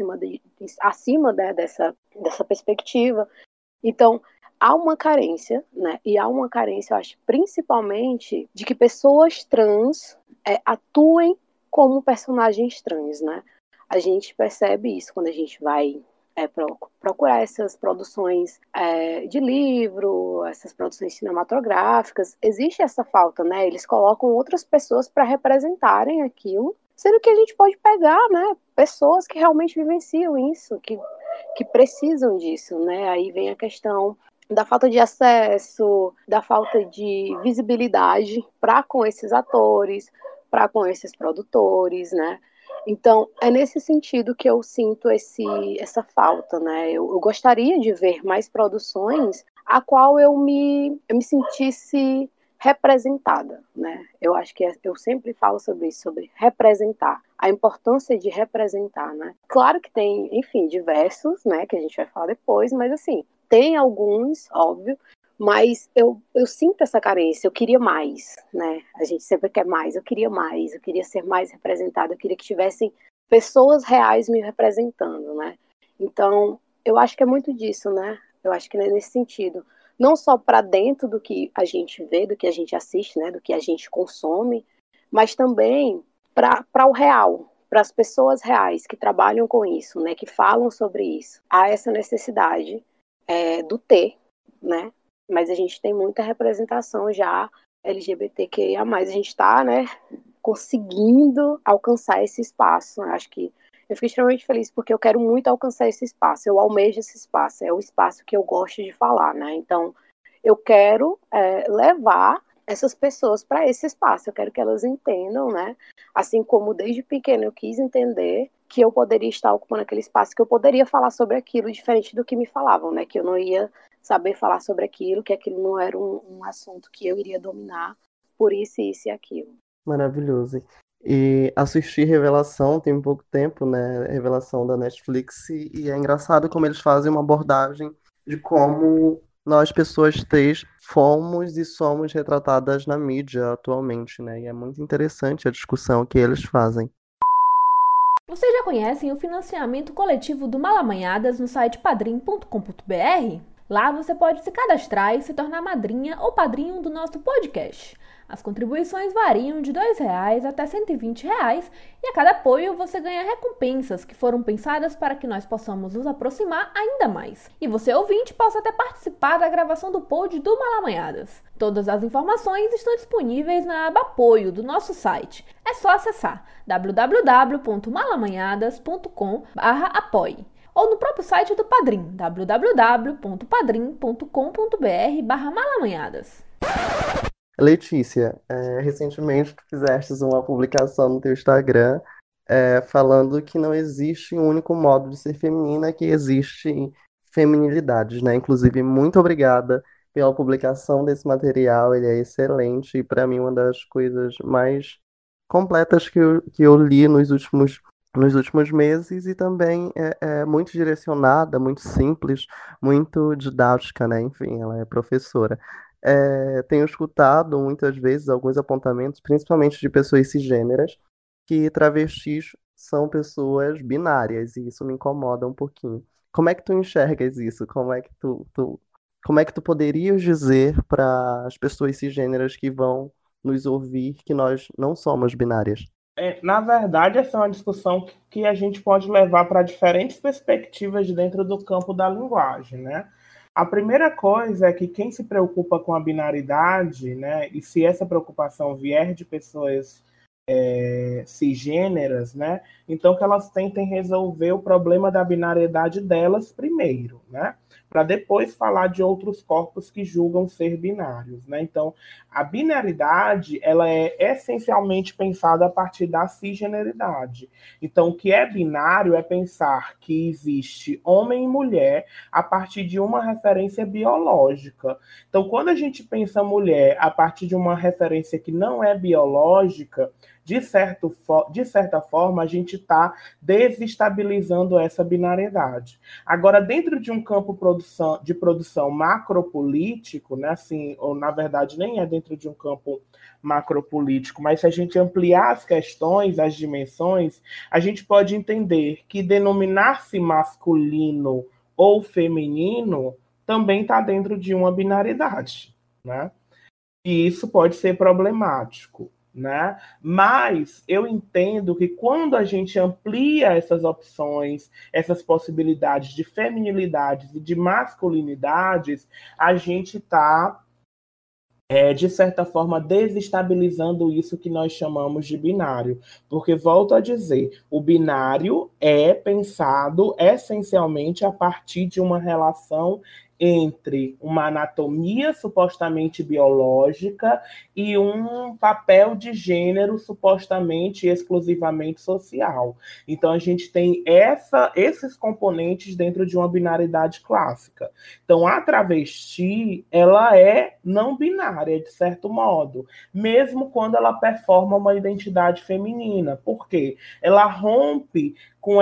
acima dessa perspectiva. Então, há uma carência, né? E há uma carência, eu acho, principalmente de que pessoas trans atuem como personagens trans, né? A gente percebe isso quando a gente vai procurar essas produções de livro, essas produções cinematográficas. Existe essa falta, né? Eles colocam outras pessoas para representarem aquilo, sendo que a gente pode pegar, né, pessoas que realmente vivenciam isso, que precisam disso, né? Aí vem a questão da falta de acesso, da falta de visibilidade para com esses atores, para com esses produtores, né? Então, é nesse sentido que eu sinto essa falta, né? Eu gostaria de ver mais produções a qual eu me sentisse representada, né? Eu acho que eu sempre falo sobre isso, sobre representar, a importância de representar, né? Claro que tem, enfim, diversos, né, que a gente vai falar depois, mas assim, tem alguns, óbvio, mas eu sinto essa carência, eu queria mais, né? A gente sempre quer mais, eu queria ser mais representada, eu queria que tivessem pessoas reais me representando, né? Então, eu acho que é muito disso, né? Eu acho que é nesse sentido. Não só para dentro do que a gente vê, do que a gente assiste, né? Do que a gente consome, mas também para o real, para as pessoas reais que trabalham com isso, né? Que falam sobre isso. Há essa necessidade do ter, né? Mas a gente tem muita representação já LGBTQIA+. A gente está, né, conseguindo alcançar esse espaço. Acho que eu fico extremamente feliz porque eu quero muito alcançar esse espaço. Eu almejo esse espaço. É o espaço que eu gosto de falar, né? Então, eu quero levar essas pessoas para esse espaço. Eu quero que elas entendam, né? Assim como desde pequena eu quis entender que eu poderia estar ocupando aquele espaço, que eu poderia falar sobre aquilo diferente do que me falavam, né? Que eu não ia saber falar sobre aquilo, que aquilo não era um assunto que eu iria dominar por isso, isso e aquilo. Maravilhoso. E assisti Revelação tem pouco tempo, né? Revelação da Netflix, e é engraçado como eles fazem uma abordagem de como nós, pessoas trans, fomos e somos retratadas na mídia atualmente, né? E é muito interessante a discussão que eles fazem. Vocês já conhecem o financiamento coletivo do Malamanhadas no site padrim.com.br? Lá você pode se cadastrar e se tornar madrinha ou padrinho do nosso podcast. As contribuições variam de R$ 2 até R$ 120 e a cada apoio você ganha recompensas que foram pensadas para que nós possamos nos aproximar ainda mais. E você, ouvinte, possa até participar da gravação do pod do Malamanhadas. Todas as informações estão disponíveis na aba Apoio do nosso site. É só acessar www.malamanhadas.com/apoie. Ou no próprio site do Padrim, www.padrim.com.br/malamanhadas. Letícia, recentemente tu fizeste uma publicação no teu Instagram falando que não existe um único modo de ser feminina, que existe feminilidades, né? Inclusive, muito obrigada pela publicação desse material, ele é excelente e para mim uma das coisas mais completas que eu li nos últimos meses e também é muito direcionada, muito simples, muito didática, né? Enfim, ela é professora. Tenho escutado muitas vezes alguns apontamentos, principalmente de pessoas cisgêneras, que travestis são pessoas binárias, e isso me incomoda um pouquinho. Como é que tu enxergas isso? Como é que tu poderias dizer para as pessoas cisgêneras que vão nos ouvir que nós não somos binárias? Na verdade, essa é uma discussão que a gente pode levar para diferentes perspectivas dentro do campo da linguagem, né? A primeira coisa é que quem se preocupa com a binaridade, né, e se essa preocupação vier de pessoas cisgêneras, né, então que elas tentem resolver o problema da binariedade delas primeiro, né, para depois falar de outros corpos que julgam ser binários, né? Então, a binaridade, ela é essencialmente pensada a partir da cisgeneridade. Então, o que é binário é pensar que existe homem e mulher a partir de uma referência biológica. Então, quando a gente pensa mulher a partir de uma referência que não é biológica, de certa forma, a gente está desestabilizando essa binariedade. Agora, dentro de um campo de produção macropolítico, né, assim, ou na verdade nem é dentro de um campo macropolítico, mas se a gente ampliar as questões, as dimensões, a gente pode entender que denominar-se masculino ou feminino também está dentro de uma binariedade, né? E isso pode ser problemático. né? Mas eu entendo que quando a gente amplia essas opções, essas possibilidades de feminilidades e de masculinidades, a gente está, de certa forma, desestabilizando isso que nós chamamos de binário. Porque, volto a dizer, o binário é pensado essencialmente a partir de uma relação entre uma anatomia supostamente biológica e um papel de gênero supostamente exclusivamente social. Então, a gente tem esses componentes dentro de uma binariedade clássica. Então, a travesti, ela é não binária, de certo modo, mesmo quando ela performa uma identidade feminina. Por quê? Ela rompe com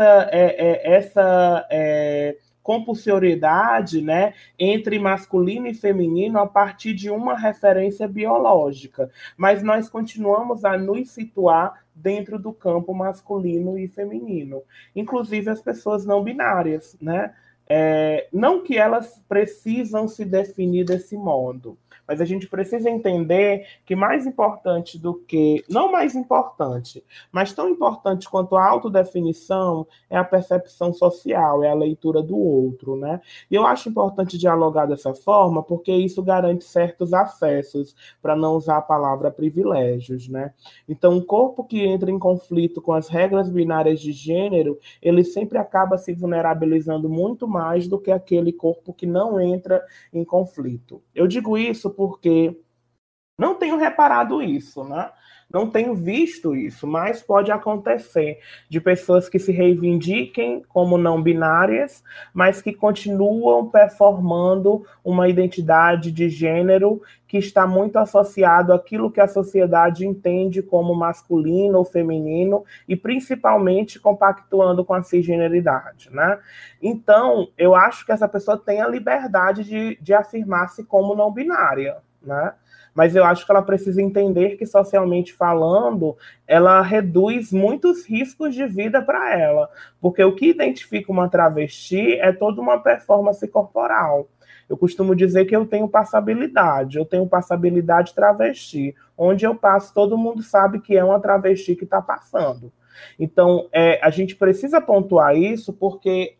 essa compulsoriedade, né, entre masculino e feminino a partir de uma referência biológica. Mas nós continuamos a nos situar dentro do campo masculino e feminino. Inclusive as pessoas não binárias, né? Não que elas precisam se definir desse modo, mas a gente precisa entender que mais importante do que, não mais importante, mas tão importante quanto a autodefinição é a percepção social, é a leitura do outro, né? E eu acho importante dialogar dessa forma, porque isso garante certos acessos, para não usar a palavra privilégios, né? Então, um corpo que entra em conflito com as regras binárias de gênero, ele sempre acaba se vulnerabilizando muito mais do que aquele corpo que não entra em conflito. Eu digo isso porque não tenho reparado isso, né? Não tenho visto isso, mas pode acontecer de pessoas que se reivindiquem como não binárias, mas que continuam performando uma identidade de gênero que está muito associado àquilo que a sociedade entende como masculino ou feminino, e principalmente compactuando com a cisgeneridade, né? Então, eu acho que essa pessoa tem a liberdade de afirmar-se como não binária, né? Mas eu acho que ela precisa entender que, socialmente falando, ela reduz muitos riscos de vida para ela. Porque o que identifica uma travesti é toda uma performance corporal. Eu costumo dizer que eu tenho passabilidade travesti. Onde eu passo, todo mundo sabe que é uma travesti que está passando. Então, a gente precisa pontuar isso porque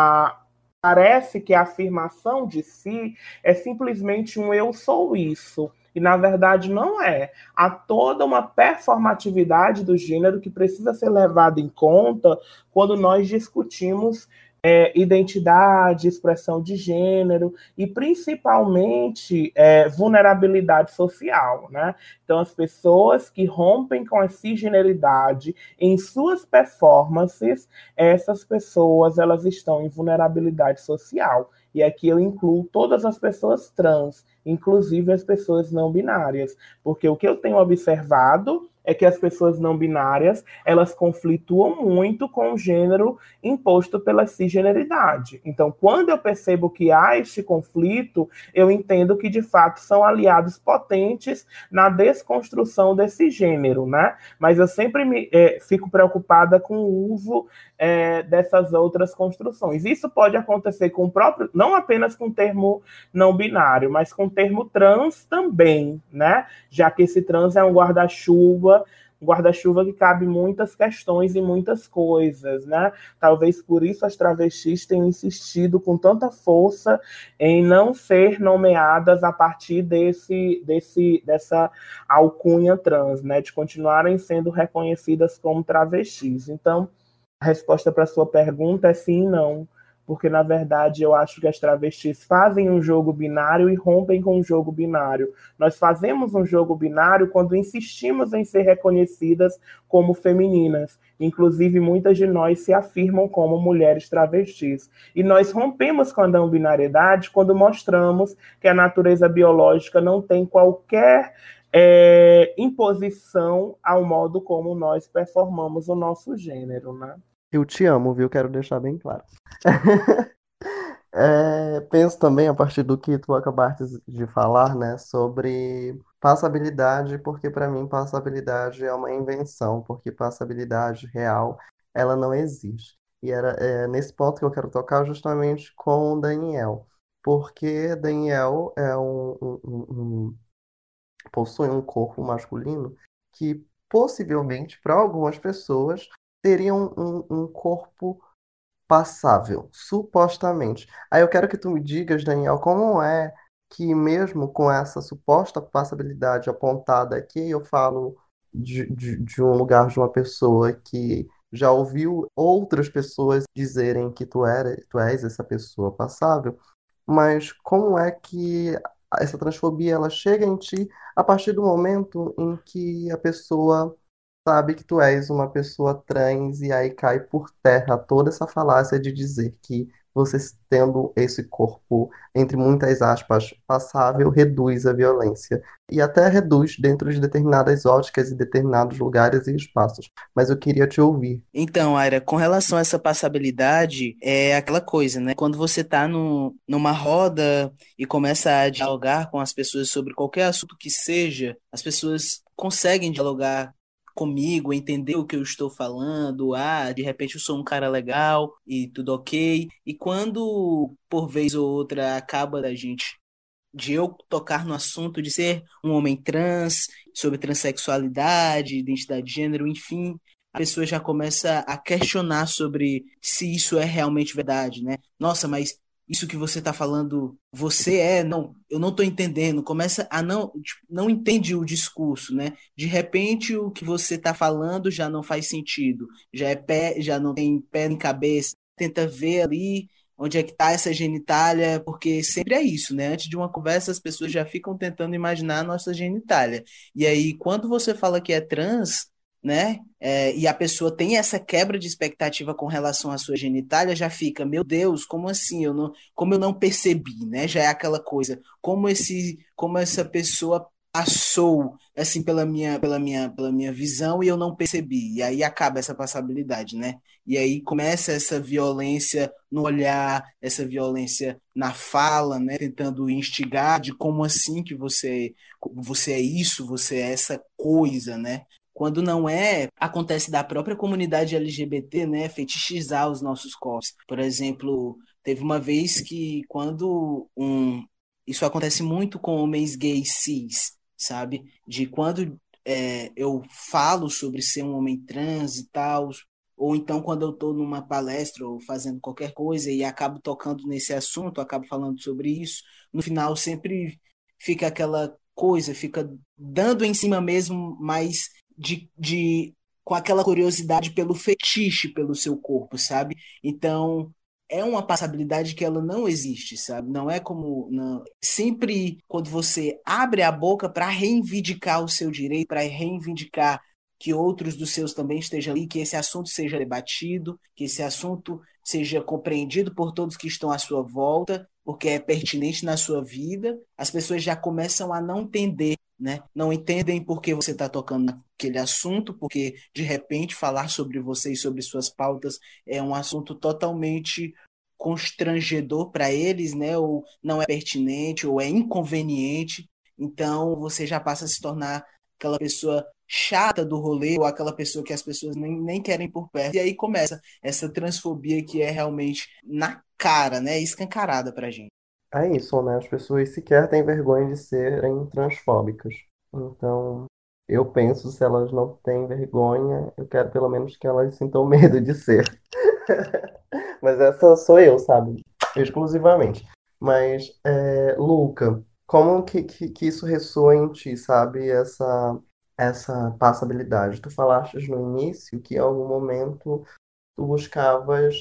parece que a afirmação de si é simplesmente um eu sou isso. E, na verdade, não é. Há toda uma performatividade do gênero que precisa ser levada em conta quando nós discutimos identidade, expressão de gênero e, principalmente, vulnerabilidade social, né? Então, as pessoas que rompem com a cisgeneridade em suas performances, essas pessoas, elas estão em vulnerabilidade social. E aqui eu incluo todas as pessoas trans, inclusive as pessoas não binárias, porque o que eu tenho observado é que as pessoas não binárias, elas conflituam muito com o gênero imposto pela cisgeneridade. Então, quando eu percebo que há este conflito, eu entendo que, de fato, são aliados potentes na desconstrução desse gênero, né? Mas eu sempre fico preocupada com o uso dessas outras construções. Isso pode acontecer com o próprio, não apenas com o termo não binário, mas com o termo trans também, né? Já que esse trans é um guarda-chuva que cabe muitas questões e muitas coisas, né? Talvez por isso as travestis tenham insistido com tanta força em não ser nomeadas a partir dessa alcunha trans, né? De continuarem sendo reconhecidas como travestis. Então, a resposta para a sua pergunta é sim e não, porque, na verdade, eu acho que as travestis fazem um jogo binário e rompem com o jogo binário. Nós fazemos um jogo binário quando insistimos em ser reconhecidas como femininas. Inclusive, muitas de nós se afirmam como mulheres travestis. E nós rompemos com a não binariedade quando mostramos que a natureza biológica não tem qualquer imposição ao modo como nós performamos o nosso gênero, né? Eu te amo, viu? Quero deixar bem claro. Penso também, a partir do que tu acabaste de falar, né, sobre passabilidade, porque para mim passabilidade é uma invenção, porque passabilidade real, ela não existe. E era nesse ponto que eu quero tocar justamente com o Daniel, porque Daniel possui um corpo masculino que possivelmente, para algumas pessoas, teriam um corpo passável, supostamente. Aí eu quero que tu me digas, Daniel, como é que mesmo com essa suposta passabilidade apontada aqui, eu falo de um lugar de uma pessoa que já ouviu outras pessoas dizerem que tu és essa pessoa passável, mas como é que essa transfobia ela chega em ti a partir do momento em que a pessoa sabe que tu és uma pessoa trans e aí cai por terra toda essa falácia de dizer que você tendo esse corpo, entre muitas aspas, passável, reduz a violência. E até reduz dentro de determinadas óticas e determinados lugares e espaços. Mas eu queria te ouvir. Então, Aira, com relação a essa passabilidade, é aquela coisa, né? Quando você tá numa roda e começa a dialogar com as pessoas sobre qualquer assunto que seja, as pessoas conseguem dialogar comigo, entender o que eu estou falando, de repente eu sou um cara legal e tudo ok. E quando, por vez ou outra, acaba de eu tocar no assunto de ser um homem trans, sobre transexualidade, identidade de gênero, enfim, a pessoa já começa a questionar sobre se isso é realmente verdade, né? Nossa, mas isso que você está falando, você não, eu não estou entendendo. Começa a não, tipo, não entende o discurso, né? De repente o que você está falando já não faz sentido, já não tem pé nem cabeça. Tenta ver ali onde é que está essa genitália, porque sempre é isso, né? Antes de uma conversa, as pessoas já ficam tentando imaginar a nossa genitália. E aí, quando você fala que é trans, né? E a pessoa tem essa quebra de expectativa com relação à sua genitália, já fica, meu Deus, como assim? Como eu não percebi, né? Já é aquela coisa, como essa pessoa passou assim pela minha visão e eu não percebi. E aí acaba essa passabilidade, né? E aí começa essa violência no olhar, essa violência na fala, né? Tentando instigar de como assim que você é isso, você é essa coisa, né? Quando não é, acontece da própria comunidade LGBT, né, fetichizar os nossos corpos. Por exemplo, teve uma vez que isso acontece muito com homens gays cis, sabe? De quando eu falo sobre ser um homem trans e tal, ou então quando eu estou numa palestra ou fazendo qualquer coisa e acabo tocando nesse assunto, acabo falando sobre isso, no final sempre fica aquela coisa, fica dando em cima mesmo, mas com aquela curiosidade pelo fetiche pelo seu corpo, sabe? Então, é uma passabilidade que ela não existe, sabe? Não é como não. Sempre quando você abre a boca para reivindicar o seu direito, para reivindicar que outros dos seus também estejam ali, que esse assunto seja debatido, que esse assunto seja compreendido por todos que estão à sua volta, porque é pertinente na sua vida, as pessoas já começam a não entender, né? Não entendem por que você está tocando naquele assunto, porque de repente falar sobre você e sobre suas pautas é um assunto totalmente constrangedor para eles, né? Ou não é pertinente, ou é inconveniente. Então você já passa a se tornar aquela pessoa chata do rolê, ou aquela pessoa que as pessoas nem querem por perto. E aí começa essa transfobia que é realmente na cara, né? Escancarada pra gente. É isso, né? As pessoas sequer têm vergonha de serem transfóbicas. Então, eu penso, se elas não têm vergonha, eu quero pelo menos que elas sintam medo de ser. Mas essa sou eu, sabe? Exclusivamente. Mas, Luca, como que isso ressoa em ti, sabe? Essa passabilidade. Tu falaste no início que em algum momento tu buscavas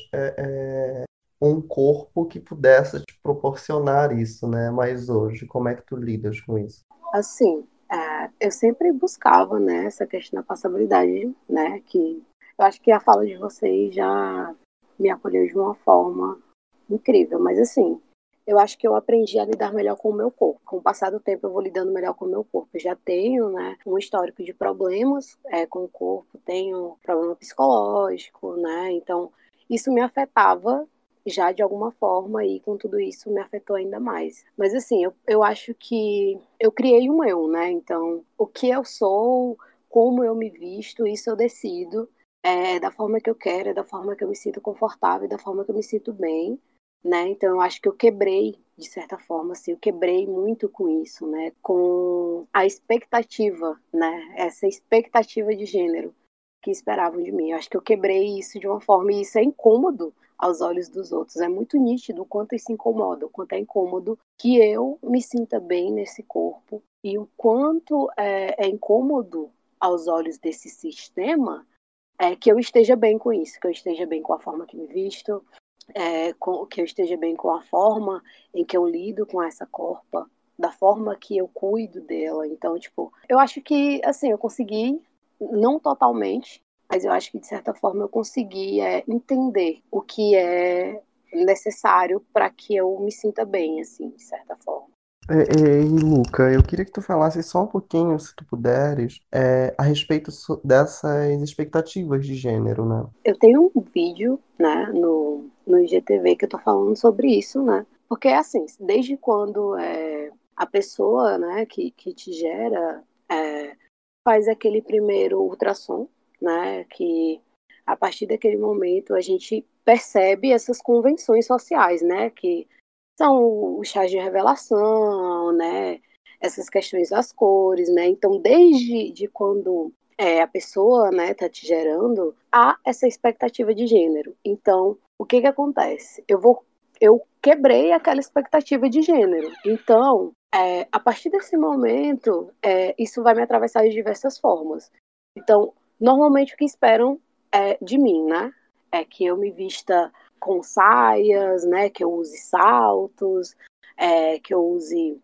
um corpo que pudesse te proporcionar isso, né? Mas hoje, como é que tu lidas com isso? Assim, eu sempre buscava, né, essa questão da passabilidade, né, que eu acho que a fala de vocês já me acolheu de uma forma incrível, mas assim, eu acho que eu aprendi a lidar melhor com o meu corpo. Com o passar do tempo, eu vou lidando melhor com o meu corpo. Eu já tenho, né, um histórico de problemas com o corpo, tenho problema psicológico, né, então isso me afetava já de alguma forma e com tudo isso me afetou ainda mais. Mas assim, eu acho que eu criei um eu, né? Então, o que eu sou, como eu me visto, isso eu decido. Da forma que eu quero, da forma que eu me sinto confortável, da forma que eu me sinto bem. né? Então eu acho que eu quebrei, de certa forma, assim, eu quebrei muito com isso, né? Com a expectativa, né? Essa expectativa de gênero que esperavam de mim. Eu acho que eu quebrei isso de uma forma, e isso é incômodo aos olhos dos outros. É muito nítido o quanto isso incomoda, o quanto é incômodo que eu me sinta bem nesse corpo e o quanto é incômodo aos olhos desse sistema que eu esteja bem com isso, que eu esteja bem com a forma que me visto, que eu esteja bem com a forma em que eu lido com essa corpa, da forma que eu cuido dela. Então, tipo, eu acho que, assim, eu consegui, não totalmente, mas eu acho que, de certa forma, eu consegui entender o que é necessário para que eu me sinta bem, assim, de certa forma. E Luca, eu queria que tu falasse só um pouquinho, se tu puderes, a respeito dessas expectativas de gênero, né? Eu tenho um vídeo, né, no IGTV que eu tô falando sobre isso, né? Porque, assim, desde quando a pessoa, né, que te gera faz aquele primeiro ultrassom, né, que a partir daquele momento a gente percebe essas convenções sociais, né, que são os chás de revelação, né, essas questões das cores, né, então desde quando a pessoa, né, tá te gerando, há essa expectativa de gênero. Então, o que acontece? Eu quebrei aquela expectativa de gênero. Então, a partir desse momento, isso vai me atravessar de diversas formas. Então, normalmente o que esperam de mim, né? É que eu me vista com saias, né? Que eu use saltos, que eu use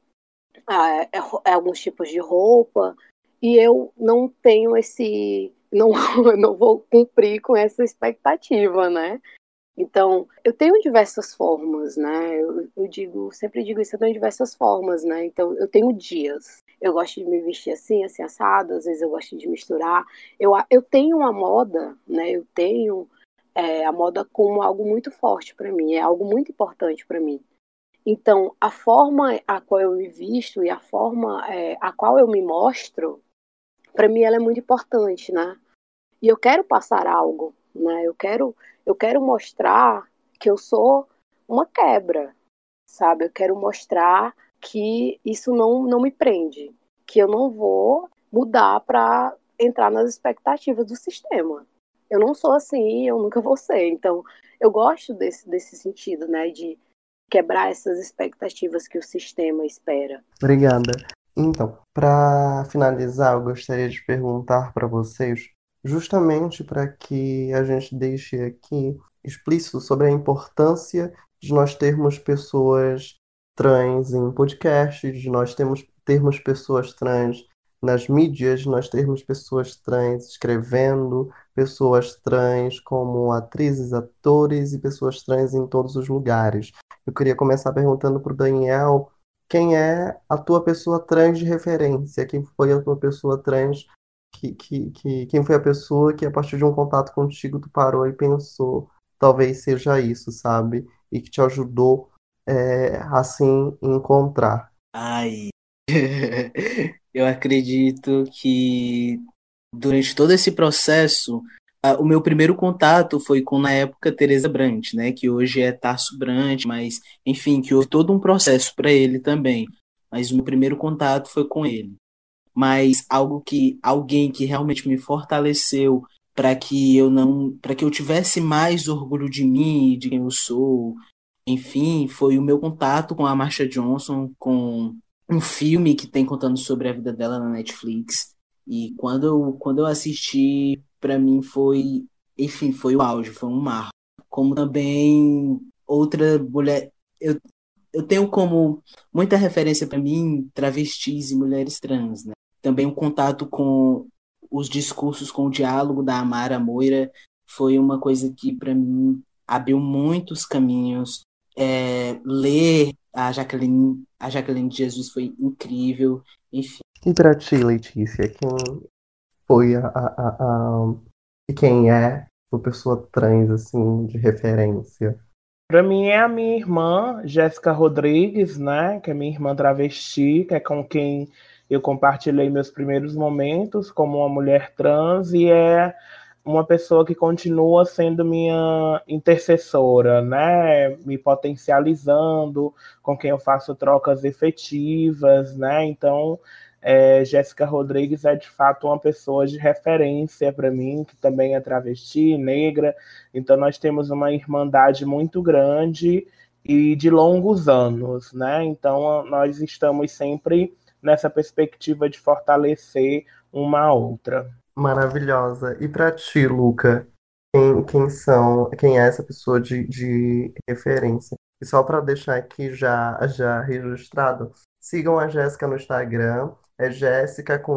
alguns tipos de roupa. E eu não tenho não, não vou cumprir com essa expectativa, né? Então, eu tenho diversas formas, né? Sempre digo isso, eu tenho diversas formas, né? Então, eu tenho dias. Eu gosto de me vestir assim, assim, assado, às vezes eu gosto de misturar. Eu tenho uma moda, né? Eu tenho a moda como algo muito forte para mim, é algo muito importante para mim. Então, a forma a qual eu me visto e a forma a qual eu me mostro, para mim ela é muito importante, né? E eu quero passar algo, né? Eu quero mostrar que eu sou uma quebra, sabe? Eu quero mostrar que isso não me prende, que eu não vou mudar para entrar nas expectativas do sistema. Eu não sou assim, eu nunca vou ser. Então, eu gosto desse sentido, né? De quebrar essas expectativas que o sistema espera. Obrigada. Então, para finalizar, eu gostaria de perguntar para vocês, justamente para que a gente deixe aqui explícito sobre a importância de nós termos pessoas trans em podcasts, de nós termos pessoas trans nas mídias, de nós termos pessoas trans escrevendo, pessoas trans como atrizes, atores e pessoas trans em todos os lugares. Eu queria começar perguntando para o Daniel quem é a tua pessoa trans de referência, quem foi a tua pessoa trans, quem foi a pessoa que a partir de um contato contigo tu parou e pensou, talvez seja isso, sabe? E que te ajudou assim encontrar. Ai, eu acredito que durante todo esse processo, o meu primeiro contato foi com, na época, Teresa Brant, né, que hoje é Tarso Brant, mas, enfim, que houve todo um processo para ele também. Mas o meu primeiro contato foi com ele. Mas alguém que realmente me fortaleceu para que eu tivesse mais orgulho de mim, e de quem eu sou, enfim, foi o meu contato com a Marsha Johnson, com um filme que tem contando sobre a vida dela na Netflix. E quando eu assisti, para mim foi, enfim, foi o auge, foi um marco. Como também outra mulher, eu tenho como muita referência para mim travestis e mulheres trans, né? Também o contato com os discursos, com o diálogo da Amara Moira foi uma coisa que para mim abriu muitos caminhos. Ler a Jaqueline de Jesus foi incrível, enfim. E para ti, Letícia, quem foi e quem é uma pessoa trans, assim, de referência? Para mim é a minha irmã, Jéssica Rodrigues, né? Que é minha irmã travesti, que é com quem eu compartilhei meus primeiros momentos como uma mulher trans, e é uma pessoa que continua sendo minha intercessora, né? Me potencializando, com quem eu faço trocas efetivas, né? Então, Jéssica Rodrigues é de fato uma pessoa de referência para mim, que também é travesti, negra. Então, nós temos uma irmandade muito grande e de longos anos, né? Então, nós estamos sempre nessa perspectiva de fortalecer uma a outra. Maravilhosa. E para ti, Luca, quem é essa pessoa de referência? E só para deixar aqui já registrado, sigam a Jéssica no Instagram, é Jéssica com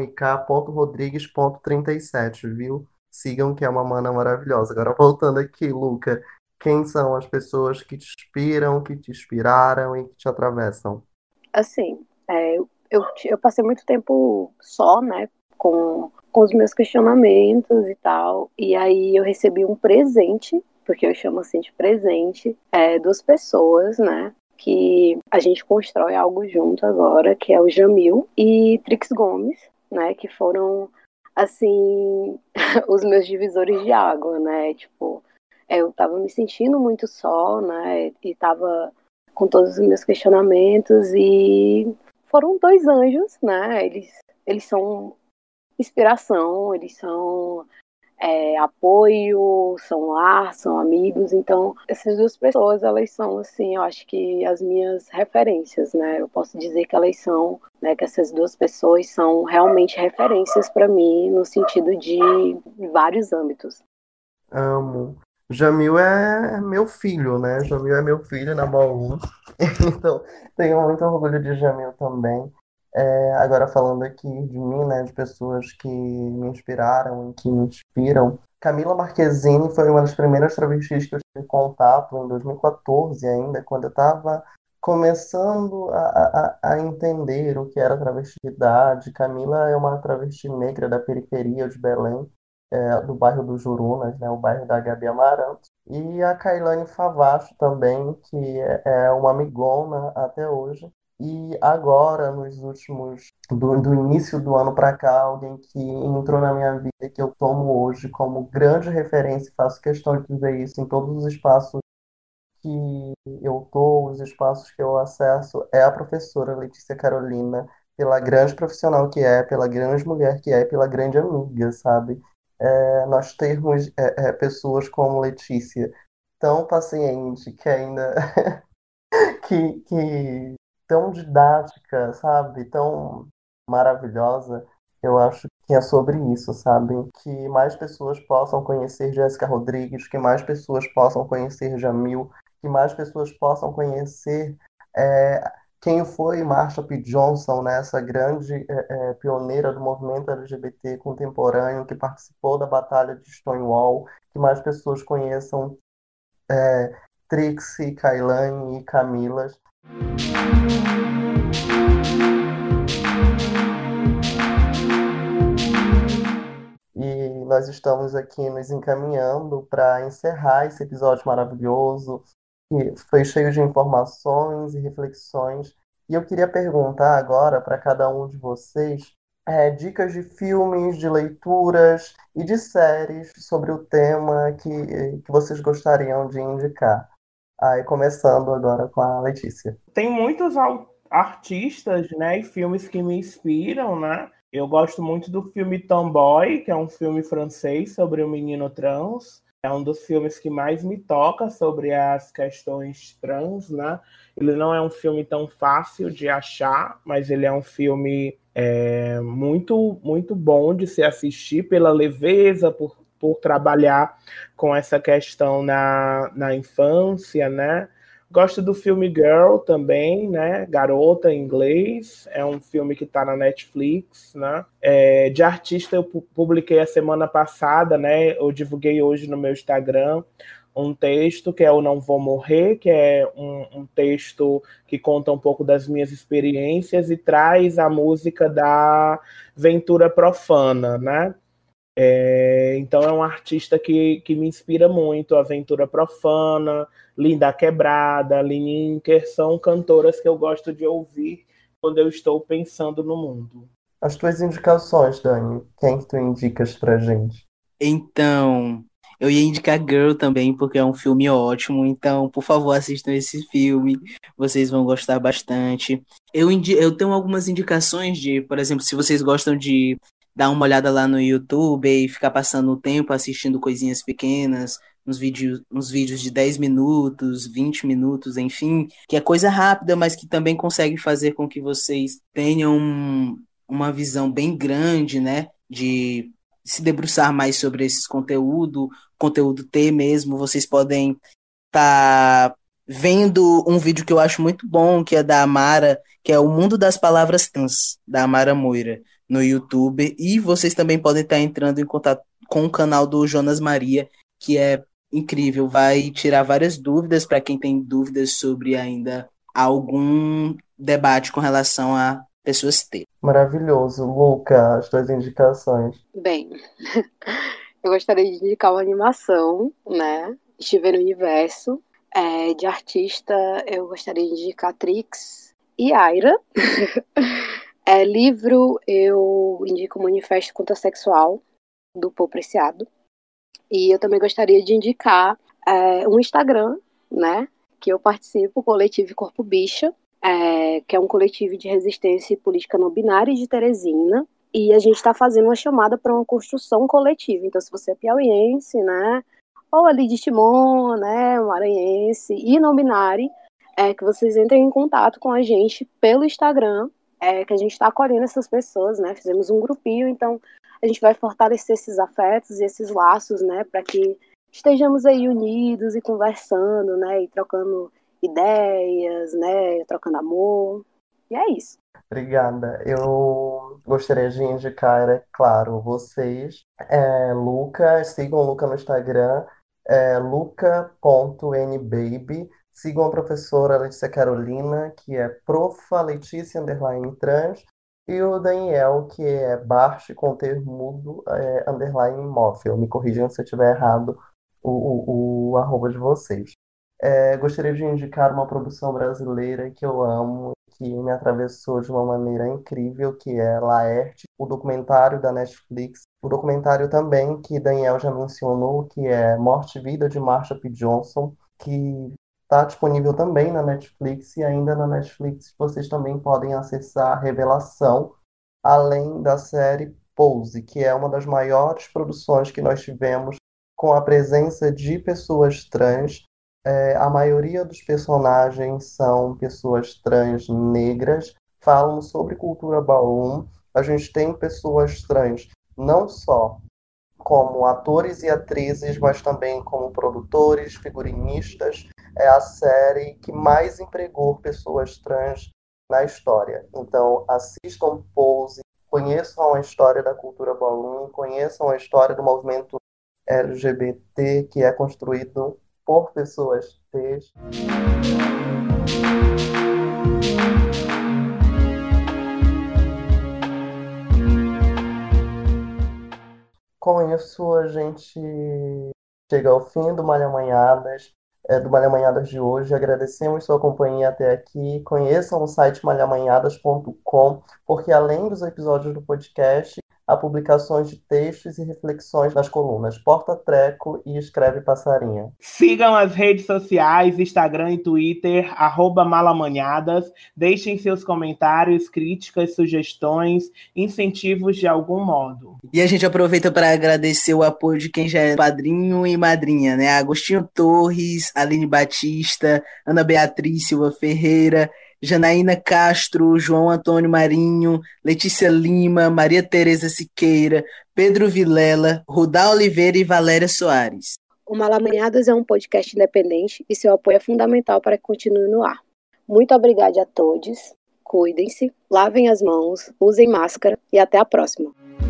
yik.rodrigues.37, viu? Sigam que é uma mana maravilhosa. Agora voltando aqui, Luca, quem são as pessoas que te inspiram, que te inspiraram e que te atravessam? Assim, eu passei muito tempo só, né, com os meus questionamentos e tal, e aí eu recebi um presente, porque eu chamo assim de presente, duas pessoas, né, que a gente constrói algo junto agora, que é o Jamil e Trix Gomes, né, que foram, assim, os meus divisores de água, né, tipo, eu tava me sentindo muito só, né, e tava com todos os meus questionamentos, e foram dois anjos, né, eles são inspiração, eles são apoio, são lar, são amigos. Então, essas duas pessoas, elas são, assim, eu acho que as minhas referências, né? Eu posso dizer que elas são, né, que essas duas pessoas são realmente referências para mim no sentido de vários âmbitos. Amo. Jamil é meu filho, né? Jamil é meu filho na Baú. Então, tenho muito orgulho de Jamil também. Agora falando aqui de mim, né? De pessoas que me inspiraram e que me inspiram. Camila Marquezine foi uma das primeiras travestis que eu tive contato em 2014 ainda, quando eu estava começando a entender o que era travestilidade. Camila é uma travesti negra da periferia de Belém, do bairro dos Jurunas, né, o bairro da Gabi Amarantos, e a Kailane Favacho também, que é uma amigona até hoje. E agora, nos últimos, do início do ano para cá, alguém que entrou na minha vida e que eu tomo hoje como grande referência, e faço questão de dizer isso em todos os espaços que eu tô, os espaços que eu acesso, é a professora Letícia Carolina, pela grande profissional que é, pela grande mulher que é, pela grande amiga, sabe? Nós termos pessoas como Letícia tão paciente, que ainda que tão didática, sabe? Tão maravilhosa. Eu acho que é sobre isso, sabe? Que mais pessoas possam conhecer Jéssica Rodrigues, que mais pessoas possam conhecer Jamil, que mais pessoas possam conhecer é, quem foi Marsha P. Johnson, né? Essa grande pioneira do movimento LGBT contemporâneo, que participou da Batalha de Stonewall, que mais pessoas conheçam Trixie, Kailane e Camila. E nós estamos aqui nos encaminhando para encerrar esse episódio maravilhoso, que foi cheio de informações e reflexões. E eu queria perguntar agora para cada um de vocês dicas de filmes, de leituras e de séries sobre o tema que vocês gostariam de indicar. Aí, começando agora com a Letícia. Tem muitos artistas, né, e filmes que me inspiram, né? Eu gosto muito do filme Tomboy, que é um filme francês sobre um menino trans. É um dos filmes que mais me toca sobre as questões trans, né? Ele não é um filme tão fácil de achar, mas ele é um filme muito, muito bom de se assistir pela leveza, por trabalhar com essa questão na infância, né? Gosto do filme Girl também, né? Garota em inglês. É um filme que está na Netflix, né? De artista eu publiquei a semana passada, né? Eu divulguei hoje no meu Instagram um texto que é o Não Vou Morrer, que é um texto que conta um pouco das minhas experiências e traz a música da Ventura Profana, né? Então é um artista que me inspira muito. Aventura Profana, Linda Quebrada, Lineker, são cantoras que eu gosto de ouvir quando eu estou pensando no mundo. As tuas indicações, Dani, quem que tu indicas pra gente? Então, eu ia indicar Girl também, porque é um filme ótimo. Então, por favor, assistam esse filme. Vocês vão gostar bastante. Eu tenho algumas indicações de, por exemplo, se vocês gostam de dar uma olhada lá no YouTube e ficar passando o tempo assistindo coisinhas pequenas, uns vídeos de 10 minutos, 20 minutos, enfim, que é coisa rápida, mas que também consegue fazer com que vocês tenham uma visão bem grande, né? De se debruçar mais sobre esses conteúdo T mesmo, vocês podem estar vendo um vídeo que eu acho muito bom, que é da Amara, que é o Mundo das Palavras Trans, da Amara Moira, no YouTube, e vocês também podem estar entrando em contato com o canal do Jonas Maria, que é incrível, vai tirar várias dúvidas para quem tem dúvidas sobre ainda algum debate com relação a pessoas T. Maravilhoso. Luca, as tuas indicações. Bem, eu gostaria de indicar uma animação, né? Steven Universo. De artista, eu gostaria de indicar Trix e Aira. Livro, eu indico o Manifesto Contrasexual, do Paul Preciado. E eu também gostaria de indicar um Instagram, né? Que eu participo, o Coletivo Corpo Bicha, que é um coletivo de resistência e política não binária de Teresina. E a gente está fazendo uma chamada para uma construção coletiva. Então, se você é piauiense, né? Ou ali de Timon, né? Maranhense e não binário, que vocês entrem em contato com a gente pelo Instagram, que a gente está acolhendo essas pessoas, né? Fizemos um grupinho, então a gente vai fortalecer esses afetos e esses laços, né? Para que estejamos aí unidos e conversando, né? E trocando ideias, né? Trocando amor. E é isso. Obrigada. Eu gostaria de indicar, é claro, vocês, Luca, sigam o Luca no Instagram, luca.nbaby. Sigam a professora Letícia Carolina, que é profa Letícia _trans, e o Daniel, que é Bart com termudo _móvel. Me corrijam se eu estiver errado o arroba de vocês. Gostaria de indicar uma produção brasileira que eu amo, que me atravessou de uma maneira incrível, que é Laerte, o documentário da Netflix. O documentário também que Daniel já mencionou, que é Morte e Vida de Marsha P. Johnson, que está disponível também na Netflix, e ainda na Netflix vocês também podem acessar Revelação, além da série Pose, que é uma das maiores produções que nós tivemos com a presença de pessoas trans. A maioria dos personagens são pessoas trans negras, falam sobre cultura Baum. A gente tem pessoas trans não só como atores e atrizes, mas também como produtores, figurinistas. É a série que mais empregou pessoas trans na história. Então, assistam Pose, conheçam a história da cultura Baum, conheçam a história do movimento LGBT, que é construído por pessoas T. Com isso, a gente chega ao fim do Malha Manhadas, do Malha Manhadas de hoje. Agradecemos sua companhia até aqui. Conheçam o site malhamanhadas.com, porque além dos episódios do podcast, há publicações de textos e reflexões nas colunas Porta Treco e Escreve Passarinha. Sigam as redes sociais, Instagram e Twitter, @malamanhadas. Deixem seus comentários, críticas, sugestões, incentivos de algum modo. E a gente aproveita para agradecer o apoio de quem já é padrinho e madrinha, né? Agostinho Torres, Aline Batista, Ana Beatriz Silva Ferreira, Janaína Castro, João Antônio Marinho, Letícia Lima, Maria Tereza Siqueira, Pedro Vilela, Rudá Oliveira e Valéria Soares. O Malamanhadas é um podcast independente e seu apoio é fundamental para que continue no ar. Muito obrigada a todos, cuidem-se, lavem as mãos, usem máscara e até a próxima.